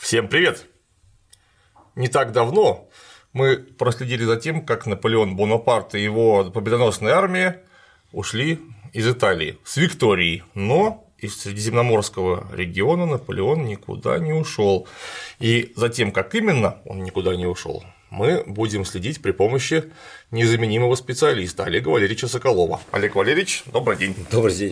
Всем привет! Не так давно мы проследили за тем, как Наполеон Бонапарт и его победоносная армия ушли из Италии с Викторией, но из Средиземноморского региона Наполеон никуда не ушел. И за тем, как именно он никуда не ушел, мы будем следить при помощи незаменимого специалиста Олега Валерьевича Соколова. Олег Валерьевич, добрый день. Добрый день.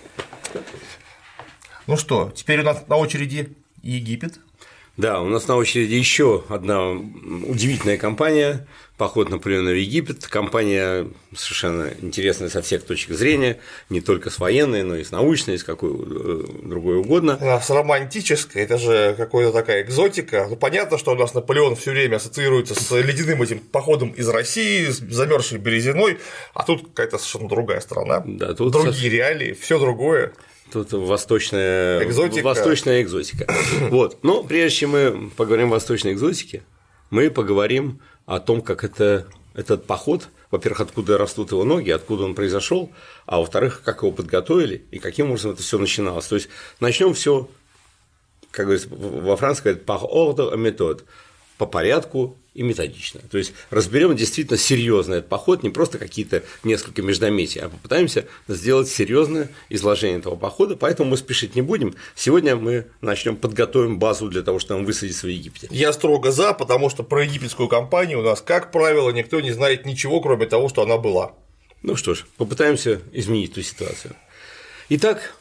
Ну что, теперь у нас на очереди Египет. Да, у нас на очереди еще одна удивительная кампания – поход Наполеона в Египет. Кампания совершенно интересная со всех точек зрения, не только с военной, но и с научной, и с какой другой угодно. У нас романтическая, это же какая-то такая экзотика. Ну, понятно, что у нас Наполеон все время ассоциируется с ледяным этим походом из России, с замерзшей Березиной, а тут какая-то совершенно другая страна, да, тут другие реалии, все другое. Тут восточная экзотика. Вот. Но прежде чем мы поговорим о восточной экзотике, мы поговорим о том, как этот поход, во-первых, откуда растут его ноги, откуда он произошел, а во-вторых, как его подготовили и каким образом это все начиналось. То есть начнем все, как говорится, во Франции говорят par ordre et méthode, по порядку и методично. То есть разберем действительно серьезно этот поход, не просто какие-то несколько междометий, а попытаемся сделать серьезное изложение этого похода, поэтому мы спешить не будем. Сегодня мы подготовим базу для того, чтобы высадиться в Египте. Я строго за, потому что про египетскую кампанию у нас, как правило, никто не знает ничего, кроме того, что она была. Ну что ж, попытаемся изменить эту ситуацию. Итак,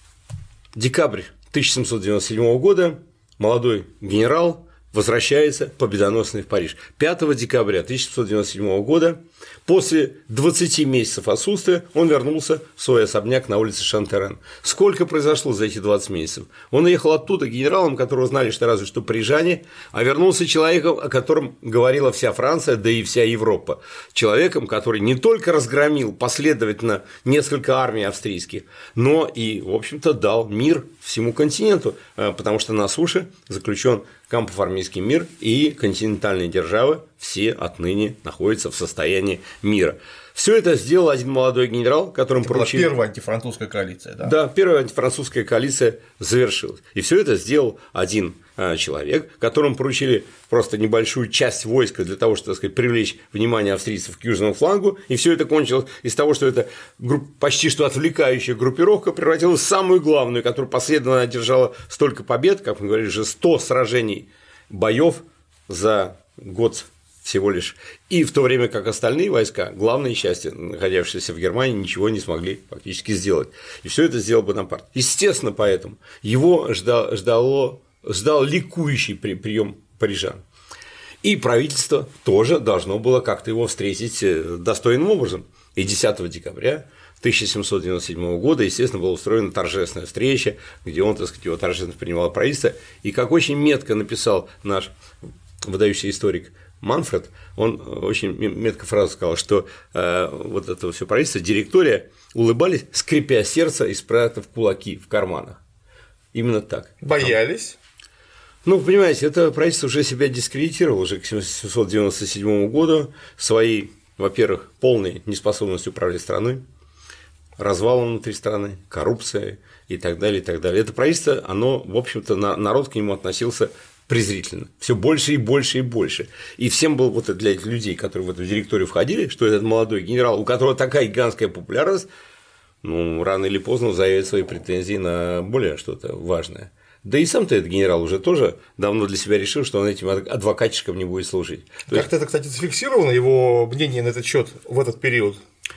декабрь 1797 года, молодой генерал возвращается победоносный в Париж. 5 декабря 1797 года, после 20 месяцев отсутствия, он вернулся в свой особняк на улице Шантерен. Сколько произошло за эти 20 месяцев? Он уехал оттуда генералом, которого знали, что разве что парижане, а вернулся человеком, о котором говорила вся Франция, да и вся Европа. Человеком, который не только разгромил последовательно несколько армий австрийских, но и, в общем-то, дал мир всему континенту, потому что на суше заключен Кампо-Формийский мир, и континентальные державы все отныне находятся в состоянии мира. Все это сделал один молодой генерал, которому поручили… Первая антифранцузская коалиция, да? Да, первая антифранцузская коалиция завершилась. И все это сделал один человек, которому поручили просто небольшую часть войска для того, чтобы, так сказать, привлечь внимание австрийцев к южному флангу, и все это кончилось из того, что эта почти что отвлекающая группировка превратилась в самую главную, которая последовательно одержала столько побед, как мы говорили, уже 100 сражений, боев за год всего лишь. И в то время как остальные войска, главные части, находившиеся в Германии, ничего не смогли фактически сделать. И все это сделал Бонапарт. Естественно, поэтому его ждал ликующий прием парижан. И правительство тоже должно было как-то его встретить достойным образом. И 10 декабря 1797 года, естественно, была устроена торжественная встреча, где он, так сказать, его торжественно принимал правительство. И как очень метко написал наш выдающийся историк Манфред, он очень метко фразу сказал, что вот это все правительство, директория улыбались, скрипя сердце и спрятав кулаки в карманах. Именно так. Боялись? Ну, понимаете, это правительство уже себя дискредитировало уже к 1797 году своей, во-первых, полной неспособностью управлять страной, развалом внутри страны, коррупцией и так далее, и так далее. Это правительство, оно, в общем-то, народ к нему относился презрительно, все больше и больше и больше. И всем было вот для этих людей, которые в эту директорию входили, что этот молодой генерал, у которого такая гигантская популярность, ну, рано или поздно заявит свои претензии на более что-то важное. Да и сам-то этот генерал уже тоже давно для себя решил, что он этим адвокатчиком не будет служить. Как-то это, кстати, зафиксировано, его мнение на этот счет в этот период?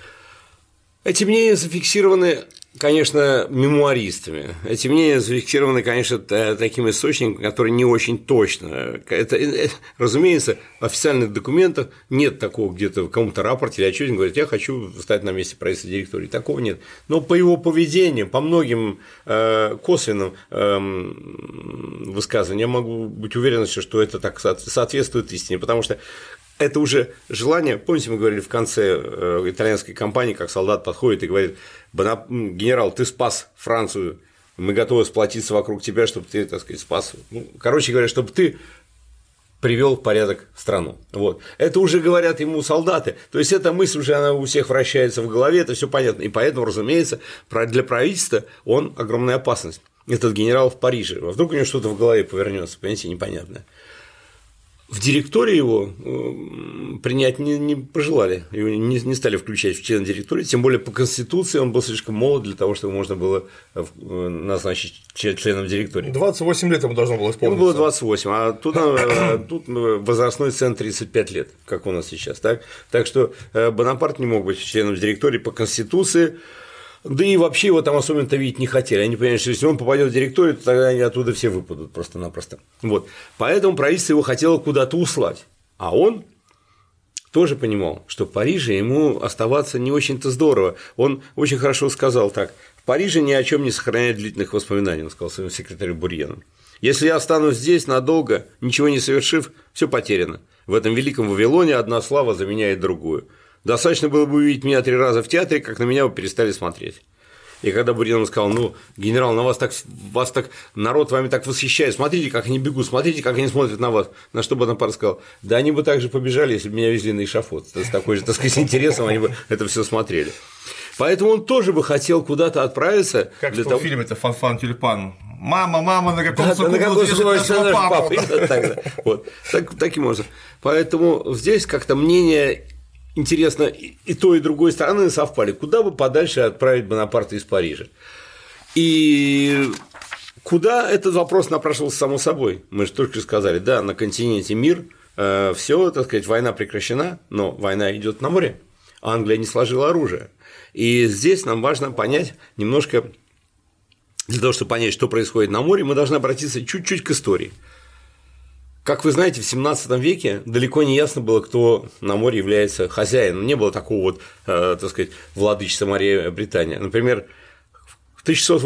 Эти мнения зафиксированы, конечно, мемуаристами. Эти мнения зафиксированы, конечно, таким источником, который не очень точно. Разумеется, в официальных документах нет такого где-то в каком-то рапорте или отчете, говорит, я хочу стать на месте правительства директории. Такого нет. Но по его поведению, по многим косвенным высказываниям, я могу быть уверен, что это так соответствует истине, потому что это уже желание, помните, мы говорили в конце итальянской кампании, как солдат подходит и говорит: генерал, ты спас Францию, мы готовы сплотиться вокруг тебя, чтобы ты, так сказать, спас. Ну, короче говоря, чтобы ты привел в порядок страну. Вот. Это уже говорят ему солдаты. То есть эта мысль уже она у всех вращается в голове, это все понятно. И поэтому, разумеется, для правительства он огромная опасность. этот генерал в Париже. А вдруг у него что-то в голове повернется, понимаете, непонятно. В директории его принять не пожелали, его не стали включать в член директории, тем более по Конституции он был слишком молод для того, чтобы можно было назначить членом директории. 28 лет ему должно было исполниться. Ему было 28, а тут возрастной ценз 35 лет, как у нас сейчас. Так что Бонапарт не мог быть членом директории по Конституции. Да и вообще его там особенно-то видеть не хотели. Они понимали, что если он попадет в директорию, то тогда они оттуда все выпадут просто-напросто. Вот. Поэтому правительство его хотело куда-то услать. А он тоже понимал, что в Париже ему оставаться не очень-то здорово. Он очень хорошо сказал так: в Париже ни о чем не сохраняет длительных воспоминаний, он сказал своему секретарю Бурьену. Если я останусь здесь надолго, ничего не совершив, все потеряно. В этом великом Вавилоне одна слава заменяет другую. Достаточно было бы увидеть меня 3 раза в театре, как на меня бы перестали смотреть. И когда Бурьен сказал: ну, генерал, на вас так, народ вами так восхищает, смотрите, как они бегут, смотрите, как они смотрят на вас. На что Бонапарт сказал: да они бы так же побежали, если бы меня везли на эшафот. С такой же, так сказать, интересом они бы это все смотрели. Поэтому он тоже бы хотел куда-то отправиться. Как в том фильме, это «Фанфан Тюльпан». Мама, на каком соку нашего папу. Вот, таким образом. Поэтому здесь как-то мнение. Интересно, и той, и другой стороны совпали. Куда бы подальше отправить Бонапарта из Парижа? И куда этот вопрос напрашивался само собой? Мы же только что сказали, да, на континенте мир, все, так сказать, война прекращена, но война идет на море. Англия не сложила оружие. И здесь нам важно понять немножко, для того, чтобы понять, что происходит на море, мы должны обратиться чуть-чуть к истории. Как вы знаете, в 17 веке далеко не ясно было, кто на море является хозяином. Не было такого вот, так сказать, владычества морей Британия. Например, в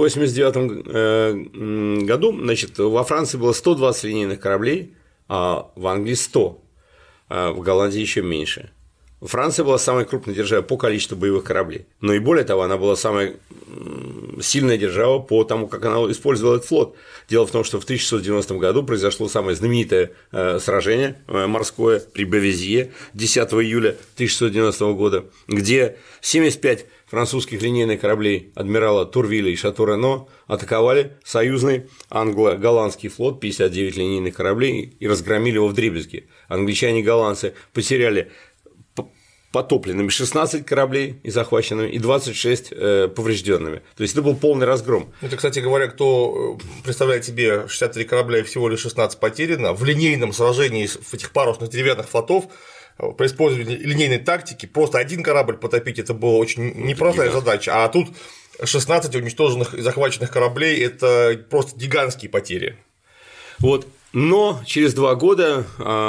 1689 году, значит, во Франции было 120 линейных кораблей, а в Англии 100, а в Голландии еще меньше. Франция была самой крупной державой по количеству боевых кораблей, но и более того, она была самой сильная держава по тому, как она использовала этот флот. Дело в том, что в 1690 году произошло самое знаменитое сражение морское при Бавизье 10 июля 1690 года, где 75 французских линейных кораблей адмирала Турвиля и Шато-Рено атаковали союзный англо-голландский флот, 59 линейных кораблей, и разгромили его вдребезги. Англичане и голландцы потеряли потопленными 16 кораблей и захваченными, и 26 поврежденными. То есть это был полный разгром. Это, кстати говоря, кто представляет себе 63 корабля и всего лишь 16 потеряно, в линейном сражении этих парусных деревянных флотов при использовании линейной тактики просто один корабль потопить — это была очень непростая задача, а тут 16 уничтоженных и захваченных кораблей — это просто гигантские потери. Вот. Но через 2 года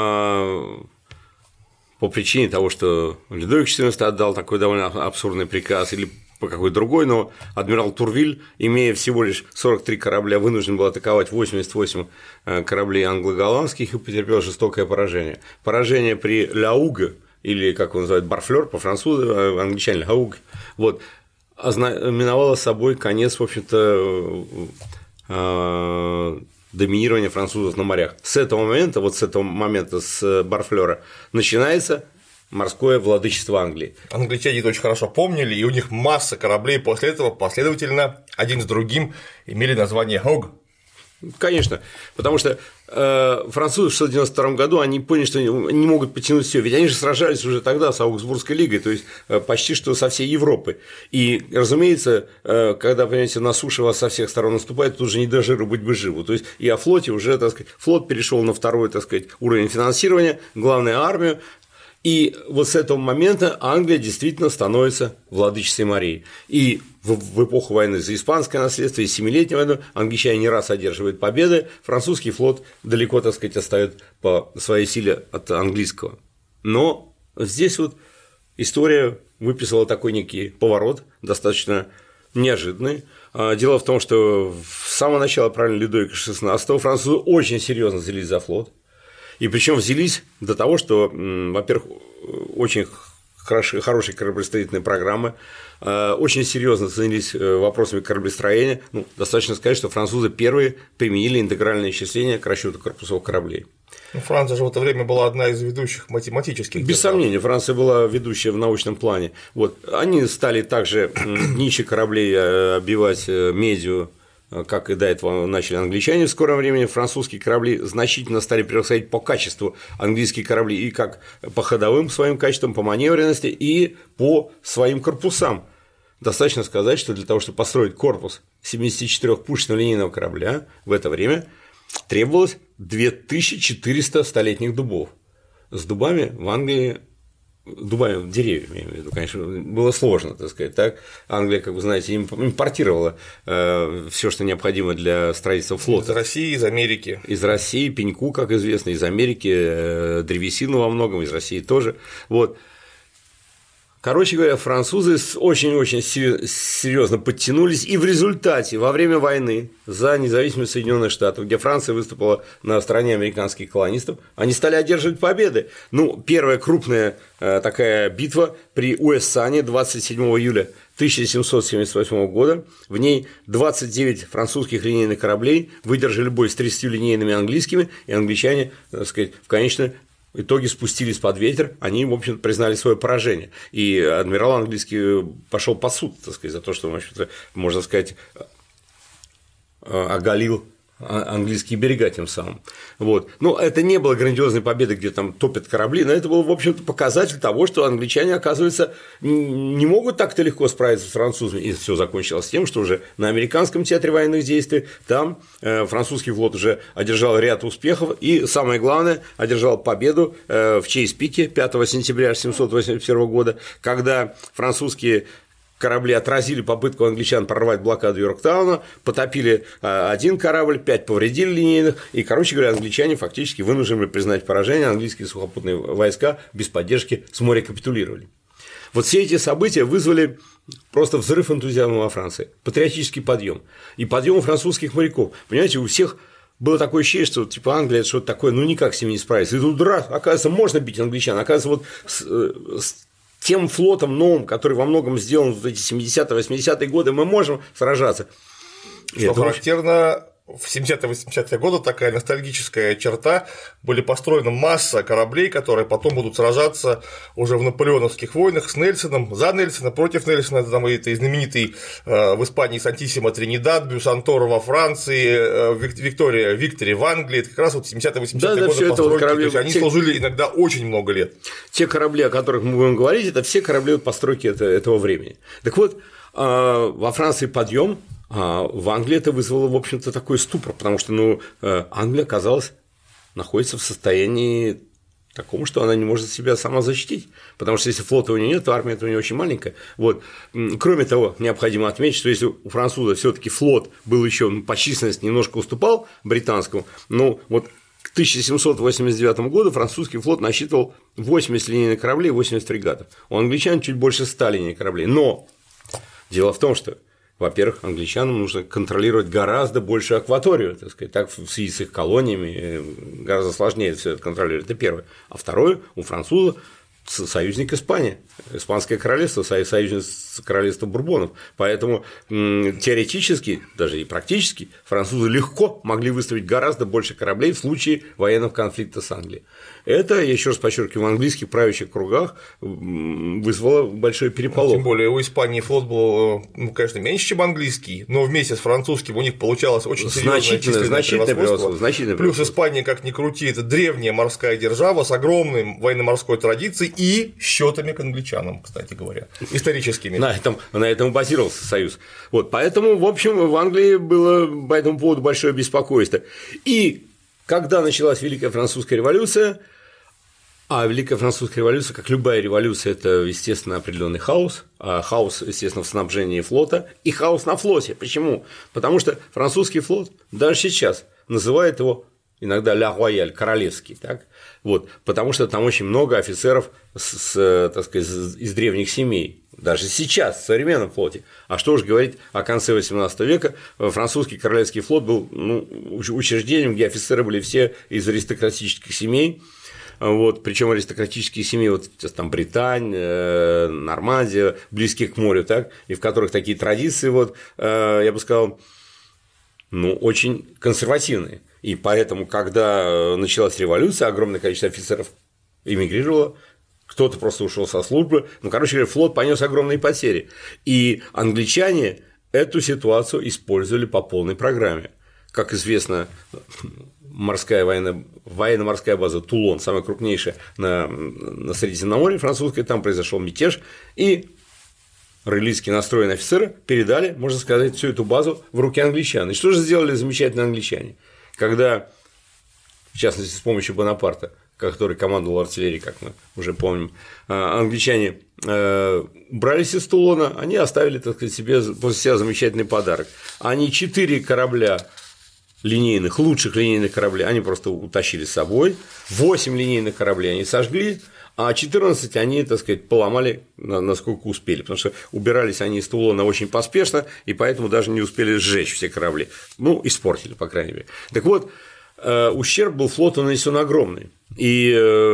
по причине того, что Людовик XIV отдал такой довольно абсурдный приказ, или по какой-то другой, но адмирал Турвиль, имея всего лишь 43 корабля, вынужден был атаковать 88 кораблей англо-голландских и потерпел жестокое поражение. Поражение при Ляуге, или, как его называют, Барфлёр по-французски, англичане Ляуг, вот, ознаменовало собой конец, в общем-то, доминирование французов на морях. С этого момента, с Барфлёра, начинается морское владычество Англии. Англичане это очень хорошо помнили, и у них масса кораблей после этого последовательно, один с другим, имели название Хог. Конечно, потому что французы в 1692 году они поняли, что не могут потянуть все, ведь они же сражались уже тогда с Аугсбургской лигой, то есть почти что со всей Европы. И, разумеется, когда, понимаете, на суше вас со всех сторон наступает, тут уже не до жиру быть бы живу. То есть и о флоте уже, так сказать, флот перешел на второй, так сказать, уровень финансирования, главную армию. И вот с этого момента Англия действительно становится владычицей морей. И в эпоху войны за испанское наследство и 7-летней войны англичане не раз одерживают победы, французский флот далеко, так сказать, отстает по своей силе от английского. Но здесь вот история выписала такой некий поворот, достаточно неожиданный. Дело в том, что с самого начала правления Людовика XVI французы очень серьезно взялись за флот. И причем взялись до того, что, во-первых, очень хорошие кораблестроительные программы, очень серьезно занялись вопросами кораблестроения. Ну, достаточно сказать, что французы первые применили интегральное исчисление к расчету корпусов кораблей. Ну, Франция же в это время была одна из ведущих математических. Без сомнения, Франция была ведущая в научном плане. Вот. Они стали также днища кораблей оббивать медью, как и до этого начали англичане в скором времени, французские корабли значительно стали превосходить по качеству английские корабли и как по ходовым своим качествам, по маневренности и по своим корпусам. Достаточно сказать, что для того, чтобы построить корпус 74-пушечного линейного корабля в это время требовалось 2400 столетних дубов. С дубами в Англии, дубами, деревьями, я имею в виду, конечно, было сложно, так сказать, так. Англия, как вы знаете, импортировала все, что необходимо для строительства флота. Из России, из Америки. Из России, пеньку, как известно, из Америки, древесину во многом, из России тоже. Вот. Короче говоря, французы очень-очень серьезно подтянулись, и в результате, во время войны за независимость Соединенных Штатов, где Франция выступала на стороне американских колонистов, они стали одерживать победы. Ну, первая крупная такая битва при Уэссане 27 июля 1778 года, в ней 29 французских линейных кораблей выдержали бой с 30 линейными английскими, и англичане, так сказать, в конечном в итоге спустились под ветер, они, в общем-то, признали свое поражение. И адмирал английский пошел под суд, так сказать, за то, что, в общем-то, можно сказать, оголил английские берега тем самым. Вот. Но это не было грандиозной победы, где там топят корабли, но это был, в общем-то, показатель того, что англичане, оказывается, не могут так-то легко справиться с французами. И все закончилось тем, что уже на американском театре военных действий там французский флот уже одержал ряд успехов и, самое главное, одержал победу в Чейз-Пике 5 сентября 1781 года, когда французские корабли отразили попытку англичан прорвать блокаду Йорктауна, потопили один корабль, 5 повредили линейных, и, короче говоря, англичане фактически вынуждены были признать поражение, английские сухопутные войска без поддержки с моря капитулировали. Вот все эти события вызвали просто взрыв энтузиазма во Франции, патриотический подъем и подъем у французских моряков. Понимаете, у всех было такое ощущение, что типа Англия – это что-то такое, ну никак с ними не справиться. И тут раз, оказывается, можно бить англичан, оказывается, вот с тем флотом новым, который во многом сделан в эти 70-80-е годы, мы можем сражаться. Что характерно, в 70-80-е годы такая ностальгическая черта, были построена масса кораблей, которые потом будут сражаться уже в наполеоновских войнах с Нельсоном, за Нельсона, против Нельсона, там это и знаменитый в Испании Сантиссимо Тринидад, Бюсантор во Франции, Виктори в Англии, это как раз вот 70-80-е годы постройки, то есть они служили иногда очень много лет. Те корабли, о которых мы будем говорить, это все корабли постройки этого времени. Так вот, во Франции подъем. А в Англии это вызвало, в общем-то, такой ступор, потому что Англия, казалось, находится в состоянии таком, что она не может себя сама защитить, потому что если флота у нее нет, то армия у нее очень маленькая. Вот. Кроме того, необходимо отметить, что если у француза все-таки флот был еще по численности немножко уступал британскому, но вот к 1789 году французский флот насчитывал 80 линейных кораблей, 80 фрегатов. У англичан чуть больше 100 линейных кораблей. Но дело в том, что, во-первых, англичанам нужно контролировать гораздо большую акваторию, так сказать, так в связи с их колониями гораздо сложнее все это контролировать, это первое. А второе, у француза союзник Испания, Испанское королевство, союзник королевства Бурбонов, поэтому теоретически, даже и практически, французы легко могли выставить гораздо больше кораблей в случае военного конфликта с Англией. Это, я еще раз подчеркиваю, в английских правящих кругах вызвало большой переполох. Тем более у Испании флот был, конечно, меньше, чем английский, но вместе с французским у них получалось очень серьезное значительное превосходство. Плюс Испания, как ни крути, это древняя морская держава с огромной военно-морской традицией и счетами к англичанам, кстати говоря, историческими. На этом базировался союз. Вот, поэтому, в общем, в Англии было по этому поводу большое беспокойство. И когда началась Великая Французская революция, а Великая Французская революция, как любая революция, это, естественно, определенный хаос, а хаос, естественно, в снабжении флота и хаос на флоте. Почему? Потому что французский флот даже сейчас называет его иногда «ля рояль», королевский, так? Вот, потому что там очень много офицеров так сказать, из древних семей, даже сейчас, в современном флоте. А что уж говорить о конце XVIII века, французский королевский флот был учреждением, где офицеры были все из аристократических семей. Вот, причем аристократические семьи, вот там Британь, Нормандия, близкие к морю, так, и в которых такие традиции, вот, я бы сказал, очень консервативные. И поэтому, когда началась революция, огромное количество офицеров эмигрировало, кто-то просто ушел со службы. Короче говоря, флот понес огромные потери. И англичане эту ситуацию использовали по полной программе. Как известно, военно-морская база Тулон, самая крупнейшая на Средиземноморье французская, там произошел мятеж, и роялистски настроенные офицеры передали, можно сказать, всю эту базу в руки англичан. И что же сделали замечательные англичане? Когда, в частности, с помощью Бонапарта, который командовал артиллерией, как мы уже помним, англичане брались из Тулона, они оставили, так сказать, себе после себя замечательный подарок. Они 4 корабля лучших линейных кораблей они просто утащили с собой, 8 линейных кораблей они сожгли, а 14 они, так сказать, поломали насколько успели, потому что убирались они из Тулона очень поспешно, и поэтому даже не успели сжечь все корабли. Ну, испортили, по крайней мере. Так вот, ущерб был флоту нанесен огромный. И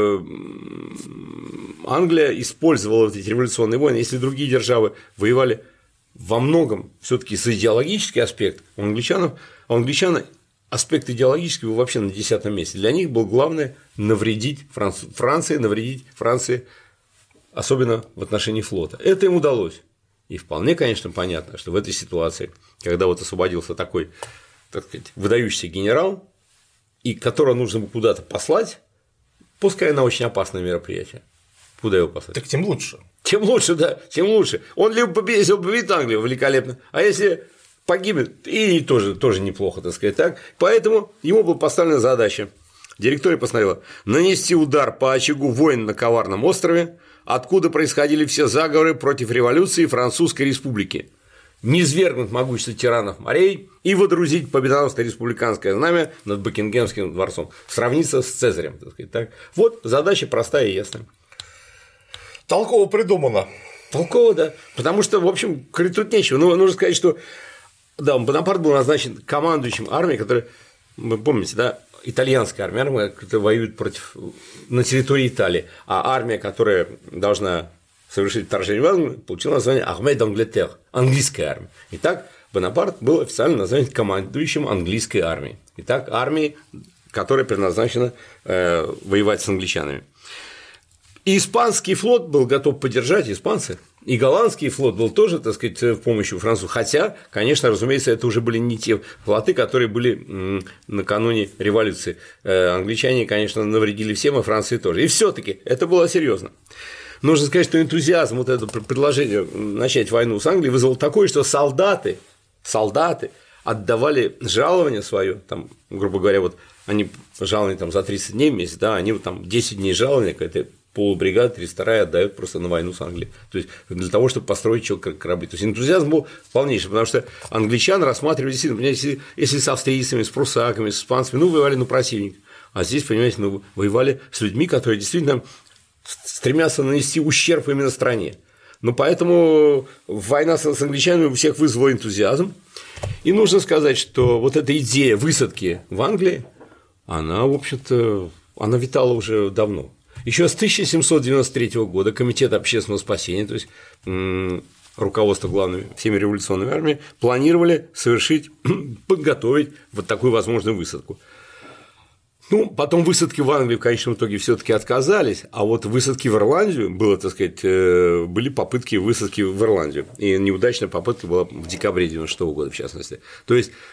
Англия использовала вот эти революционные войны. Если другие державы воевали во многом все-таки за идеологический аспект, у англичан аспект идеологический был вообще на 10-м месте. Для них было главное навредить Франции, особенно в отношении флота. Это им удалось. И вполне, конечно, понятно, что в этой ситуации, когда вот освободился такой, так сказать, выдающийся генерал, и которого нужно было куда-то послать, пускай на очень опасное мероприятие. Куда его послать? Так тем лучше. Тем лучше, да, тем лучше. Он либо победит, если победит Англию, великолепно, а если погибнет, и тоже неплохо, так сказать, так. Поэтому ему была поставлена задача. Директория постановила нанести удар по очагу войн на Коварном острове, откуда происходили все заговоры против революции Французской республики, низвергнуть могущество тиранов морей и водрузить победоносное республиканское знамя над Букингемским дворцом, сравниться с Цезарем, так сказать, так. Вот задача простая и ясная. Толково придумано. Толково, да. Потому что, в общем, тут нечего. Но нужно сказать, что да, Бонапарт был назначен командующим армией, которая, вы помните, да, итальянская армия, которая воюет на территории Италии, а армия, которая должна совершить вторжение в Англию, получила название Armée d'Angleterre, английская армия. Итак, Бонапарт был официально назначен командующим английской армией. Итак, армией, которая предназначена воевать с англичанами. И испанский флот был готов поддержать испанцы, и голландский флот был тоже, так сказать, в помощи у французов. Хотя, конечно, разумеется, это уже были не те флоты, которые были накануне революции. Англичане, конечно, навредили всем, а Франции тоже. И все-таки это было серьезно. Нужно сказать, что энтузиазм, вот это предложение начать войну с Англией вызвал такой, что солдаты отдавали жалование свое, там, грубо говоря, вот они жалование там за 30 дней в месяц, да, они вот там 10 дней жалования какая-то полубригада 302 отдают просто на войну с Англией. То есть для того, чтобы построить корабли. То есть энтузиазм был полнейший, потому что англичан рассматривали действительно, понимаете, если с австрийцами, с прусаками, с испанцами, воевали на противник. А здесь, понимаете, воевали с людьми, которые действительно стремятся нанести ущерб именно стране. Но поэтому война с англичанами у всех вызвала энтузиазм. И нужно сказать, что вот эта идея высадки в Англии, она, в общем-то, она витала уже давно. Еще с 1793 года Комитет общественного спасения, то есть руководство главными всеми революционными армиями, планировали подготовить вот такую возможную высадку. Ну, потом высадки в Англию в конечном итоге все-таки отказались, а вот высадки в Ирландию были попытки высадки в Ирландию. И неудачная попытка была в декабре 1996 года, в частности. То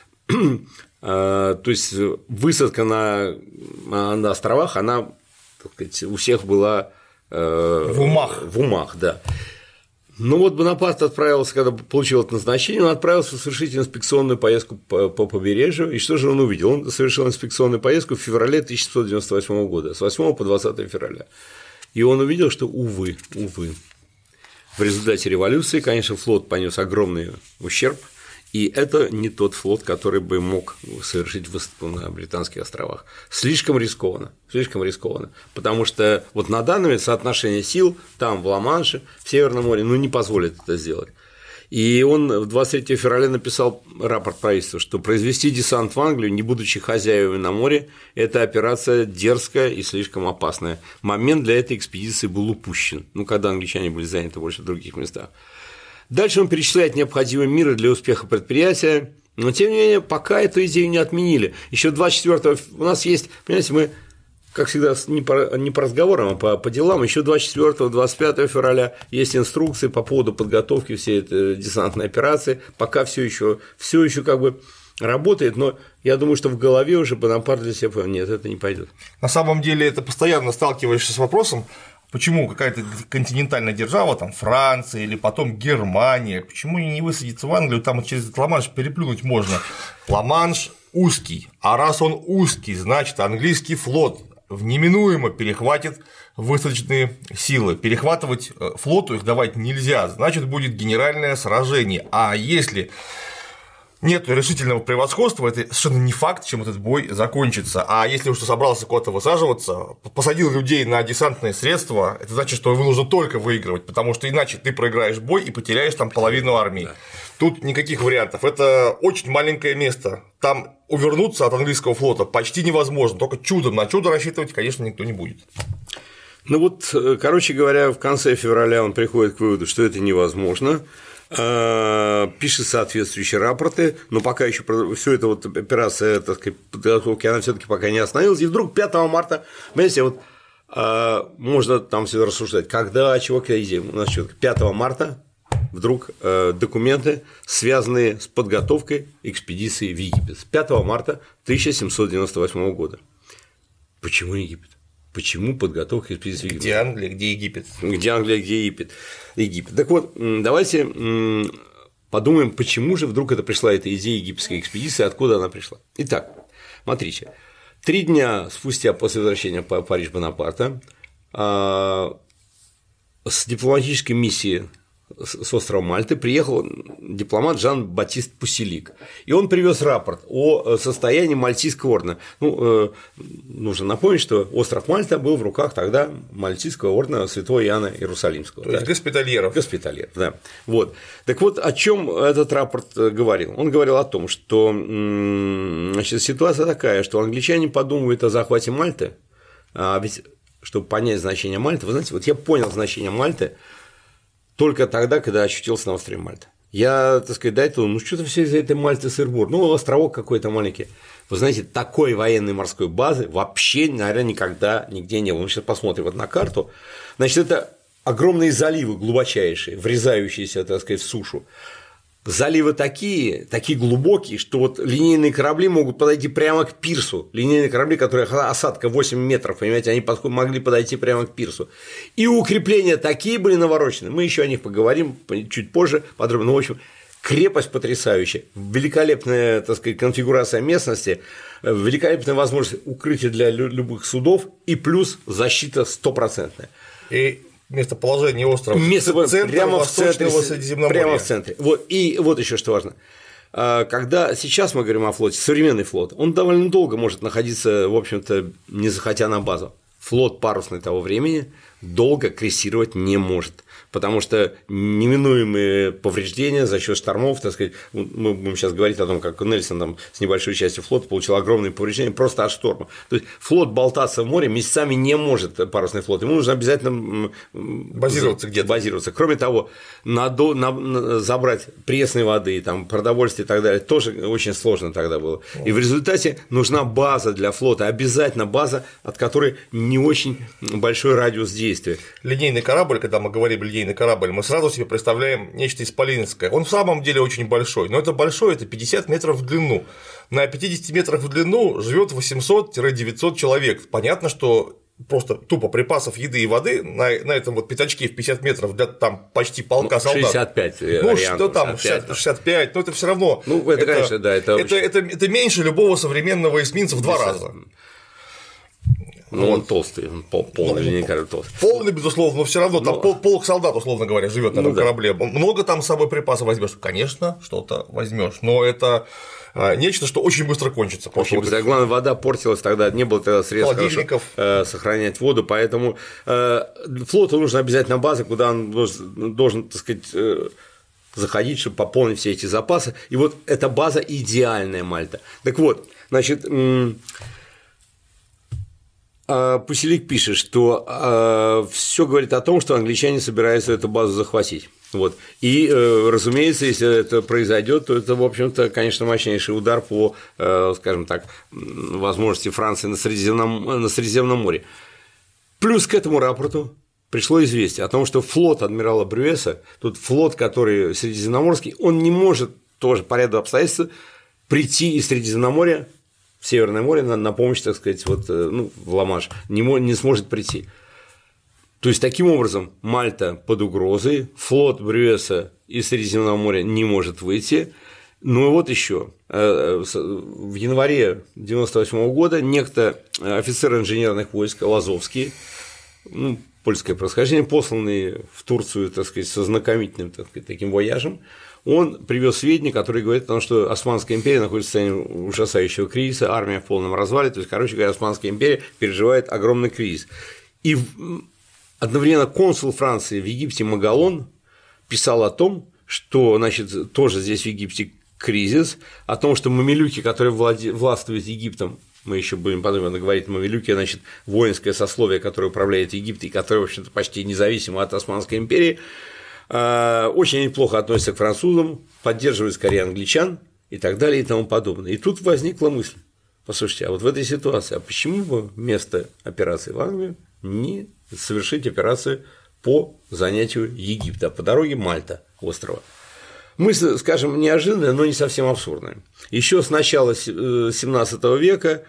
есть высадка на островах, она, так сказать, у всех была в умах, да. Ну вот Бонапарт отправился, когда получил это назначение, он отправился совершить инспекционную поездку по побережью. И что же он увидел? Он совершил инспекционную поездку в феврале 1798 года, с 8 по 20 февраля. И он увидел, что, увы, в результате революции, конечно, флот понес огромный ущерб. И это не тот флот, который бы мог совершить высадку на Британских островах. Слишком рискованно, потому что вот на данный момент соотношение сил там, в Ла-Манше, в Северном море, не позволит это сделать. И он 23 февраля написал рапорт правительству, что произвести десант в Англию, не будучи хозяевами на море, это операция дерзкая и слишком опасная. Момент для этой экспедиции был упущен, когда англичане были заняты больше в других местах. Дальше он перечисляет необходимые меры для успеха предприятия, но тем не менее, пока эту идею не отменили. Еще 24-го у нас есть, понимаете, мы как всегда, не по разговорам, а по делам. Еще 24-25 февраля есть инструкции по поводу подготовки всей этой десантной операции. Пока все еще как бы работает, но я думаю, что в голове уже Бонапарт для себя понял: нет, это не пойдет. На самом деле, это постоянно сталкиваешься с вопросом, почему какая-то континентальная держава, там Франция или потом Германия, почему не высадиться в Англию, там через этот Ла-Манш переплюнуть можно. Ла-Манш узкий, а раз он узкий, значит, английский флот неминуемо перехватит высадочные силы. Перехватывать флоту их давать нельзя, значит, будет генеральное сражение. А если нет решительного превосходства, это совершенно не факт, чем этот бой закончится. А если уж ты собрался куда-то высаживаться, посадил людей на десантные средства, это значит, что его нужно только выигрывать, потому что иначе ты проиграешь бой и потеряешь там половину армии. Тут никаких вариантов. Это очень маленькое место. Там увернуться от английского флота почти невозможно. Только чудом. На чудо рассчитывать, конечно, никто не будет. Ну вот, короче говоря, в конце февраля он приходит к выводу, что это невозможно. Пишет соответствующие рапорты, но пока еще все это вот операция, так сказать, подготовки, она все-таки пока не остановилась. И вдруг 5 марта, понимаете, вот можно там все рассуждать, когда, чего, какая идея. У нас что, 5 марта вдруг документы, связанные с подготовкой экспедиции в Египет. С 5 марта 1798 года. Почему Египет? Почему подготовка экспедиции в Египет? Где Англия, где Египет? Где Англия, где Египет. Так вот, давайте подумаем, почему же вдруг пришла эта идея египетской экспедиции, откуда она пришла. Итак, смотрите, 3 дня спустя после возвращения в Париж Бонапарта с дипломатической миссией с острова Мальты приехал дипломат Жан-Батист Пусилик, и он привез рапорт о состоянии Мальтийского ордена. Ну, нужно напомнить, что остров Мальта был в руках тогда Мальтийского ордена святого Иоанна Иерусалимского. То есть госпитальеров. Госпитальеров, да. Вот. Так вот, о чем этот рапорт говорил? Он говорил о том, что значит, ситуация такая, что англичане подумывают о захвате Мальты, а ведь чтобы понять значение Мальты, вы знаете, вот я понял значение Мальты только тогда, когда очутился на острове Мальта. Я, так сказать, до этого, что-то все из-за этой Мальты сыр-бор, островок какой-то маленький. Вы знаете, такой военной морской базы вообще, наверное, никогда нигде не было. Мы сейчас посмотрим вот на карту. Значит, это огромные заливы глубочайшие, врезающиеся, так сказать, в сушу. Заливы такие глубокие, что вот линейные корабли могут подойти прямо к пирсу. Линейные корабли, которые осадка 8 метров, понимаете, они могли подойти прямо к пирсу. И укрепления такие были наворочены. Мы еще о них поговорим чуть позже подробно. Ну, в общем, крепость потрясающая, великолепная, так сказать, конфигурация местности, великолепная возможность укрытия для любых судов и плюс защита стопроцентная. И местоположение острова прямо в центре Средиземноморья. Прямо в центре. Вот. И вот еще что важно. Когда сейчас мы говорим о флоте, современный флот, он довольно долго может находиться, в общем-то, не захотя на базу. Флот парусный того времени долго крейсировать не может, потому что неминуемые повреждения за счет штормов, так сказать, мы будем сейчас говорить о том, как Нельсон там с небольшой частью флота получил огромные повреждения просто от шторма. То есть флот болтаться в море месяцами не может, парусный флот, ему нужно обязательно базироваться где-то. Кроме того, забрать пресной воды, там, продовольствие и так далее тоже очень сложно тогда было. И в результате нужна база для флота, обязательно база, от которой не очень большой радиус действия. Линейный корабль, когда мы говорим линейный корабль, мы сразу себе представляем нечто исполинское. Он в самом деле очень большой, но это большой, это 50 метров в длину. На 50 метрах в длину живет 800-900 человек. Понятно, что просто тупо припасов еды и воды на этом вот пятачке в 50 метров для там почти полка солдат. 65 что там, 65, но это все равно. Ну, это, конечно, да. Это меньше любого современного эсминца в 2 раза. Ну, он толстый, он полный, линейный корабль толстый. Полный, безусловно, но все равно там полк солдат, условно говоря, живет на этом корабле. Много там с собой припасов возьмешь? Конечно, что-то возьмешь, но это нечто, что очень быстро кончится. Очень быстро. Главное, вода портилась тогда, не было тогда средств сохранять воду, поэтому флоту нужна обязательно база, куда он должен, так сказать, заходить, чтобы пополнить все эти запасы. И вот эта база идеальная Мальта. Так вот, значит, Пуселик пишет, что все говорит о том, что англичане собираются эту базу захватить. Вот. И, разумеется, если это произойдет, то это, в общем-то, конечно, мощнейший удар по, скажем так, возможности Франции на Средиземном море. Плюс к этому рапорту пришло известие о том, что флот адмирала Брюэса, тут флот, который средиземноморский, он не может тоже по ряду обстоятельств прийти из Средиземноморья в Северное море на помощь, так сказать, вот, в Ла-Манш, не сможет прийти. То есть, таким образом, Мальта под угрозой, флот Брюэса из Средиземного моря не может выйти. Ну и вот еще. В январе 1998 года некто офицер инженерных войск Лазовский, польское происхождение, посланный в Турцию, так сказать, со знакомительным, так сказать, таким вояжем, он привез сведения, которые говорят о том, что Османская империя находится в состоянии ужасающего кризиса, армия в полном развале, то есть, короче говоря, Османская империя переживает огромный кризис. И одновременно консул Франции в Египте Магалон писал о том, что, значит, тоже здесь в Египте кризис, о том, что мамилюки, которые властвуют Египтом, мы еще будем потом говорить, мамилюки, значит, воинское сословие, которое управляет Египтом и которое, в общем-то, почти независимо от Османской империи, очень плохо относятся к французам, поддерживают скорее англичан и так далее и тому подобное. И тут возникла мысль: послушайте, а вот в этой ситуации, а почему бы вместо операции в Англию не совершить операцию по занятию Египта, по дороге Мальта, острова? Мысль, скажем, неожиданная, но не совсем абсурдная. Еще с начала 17 века,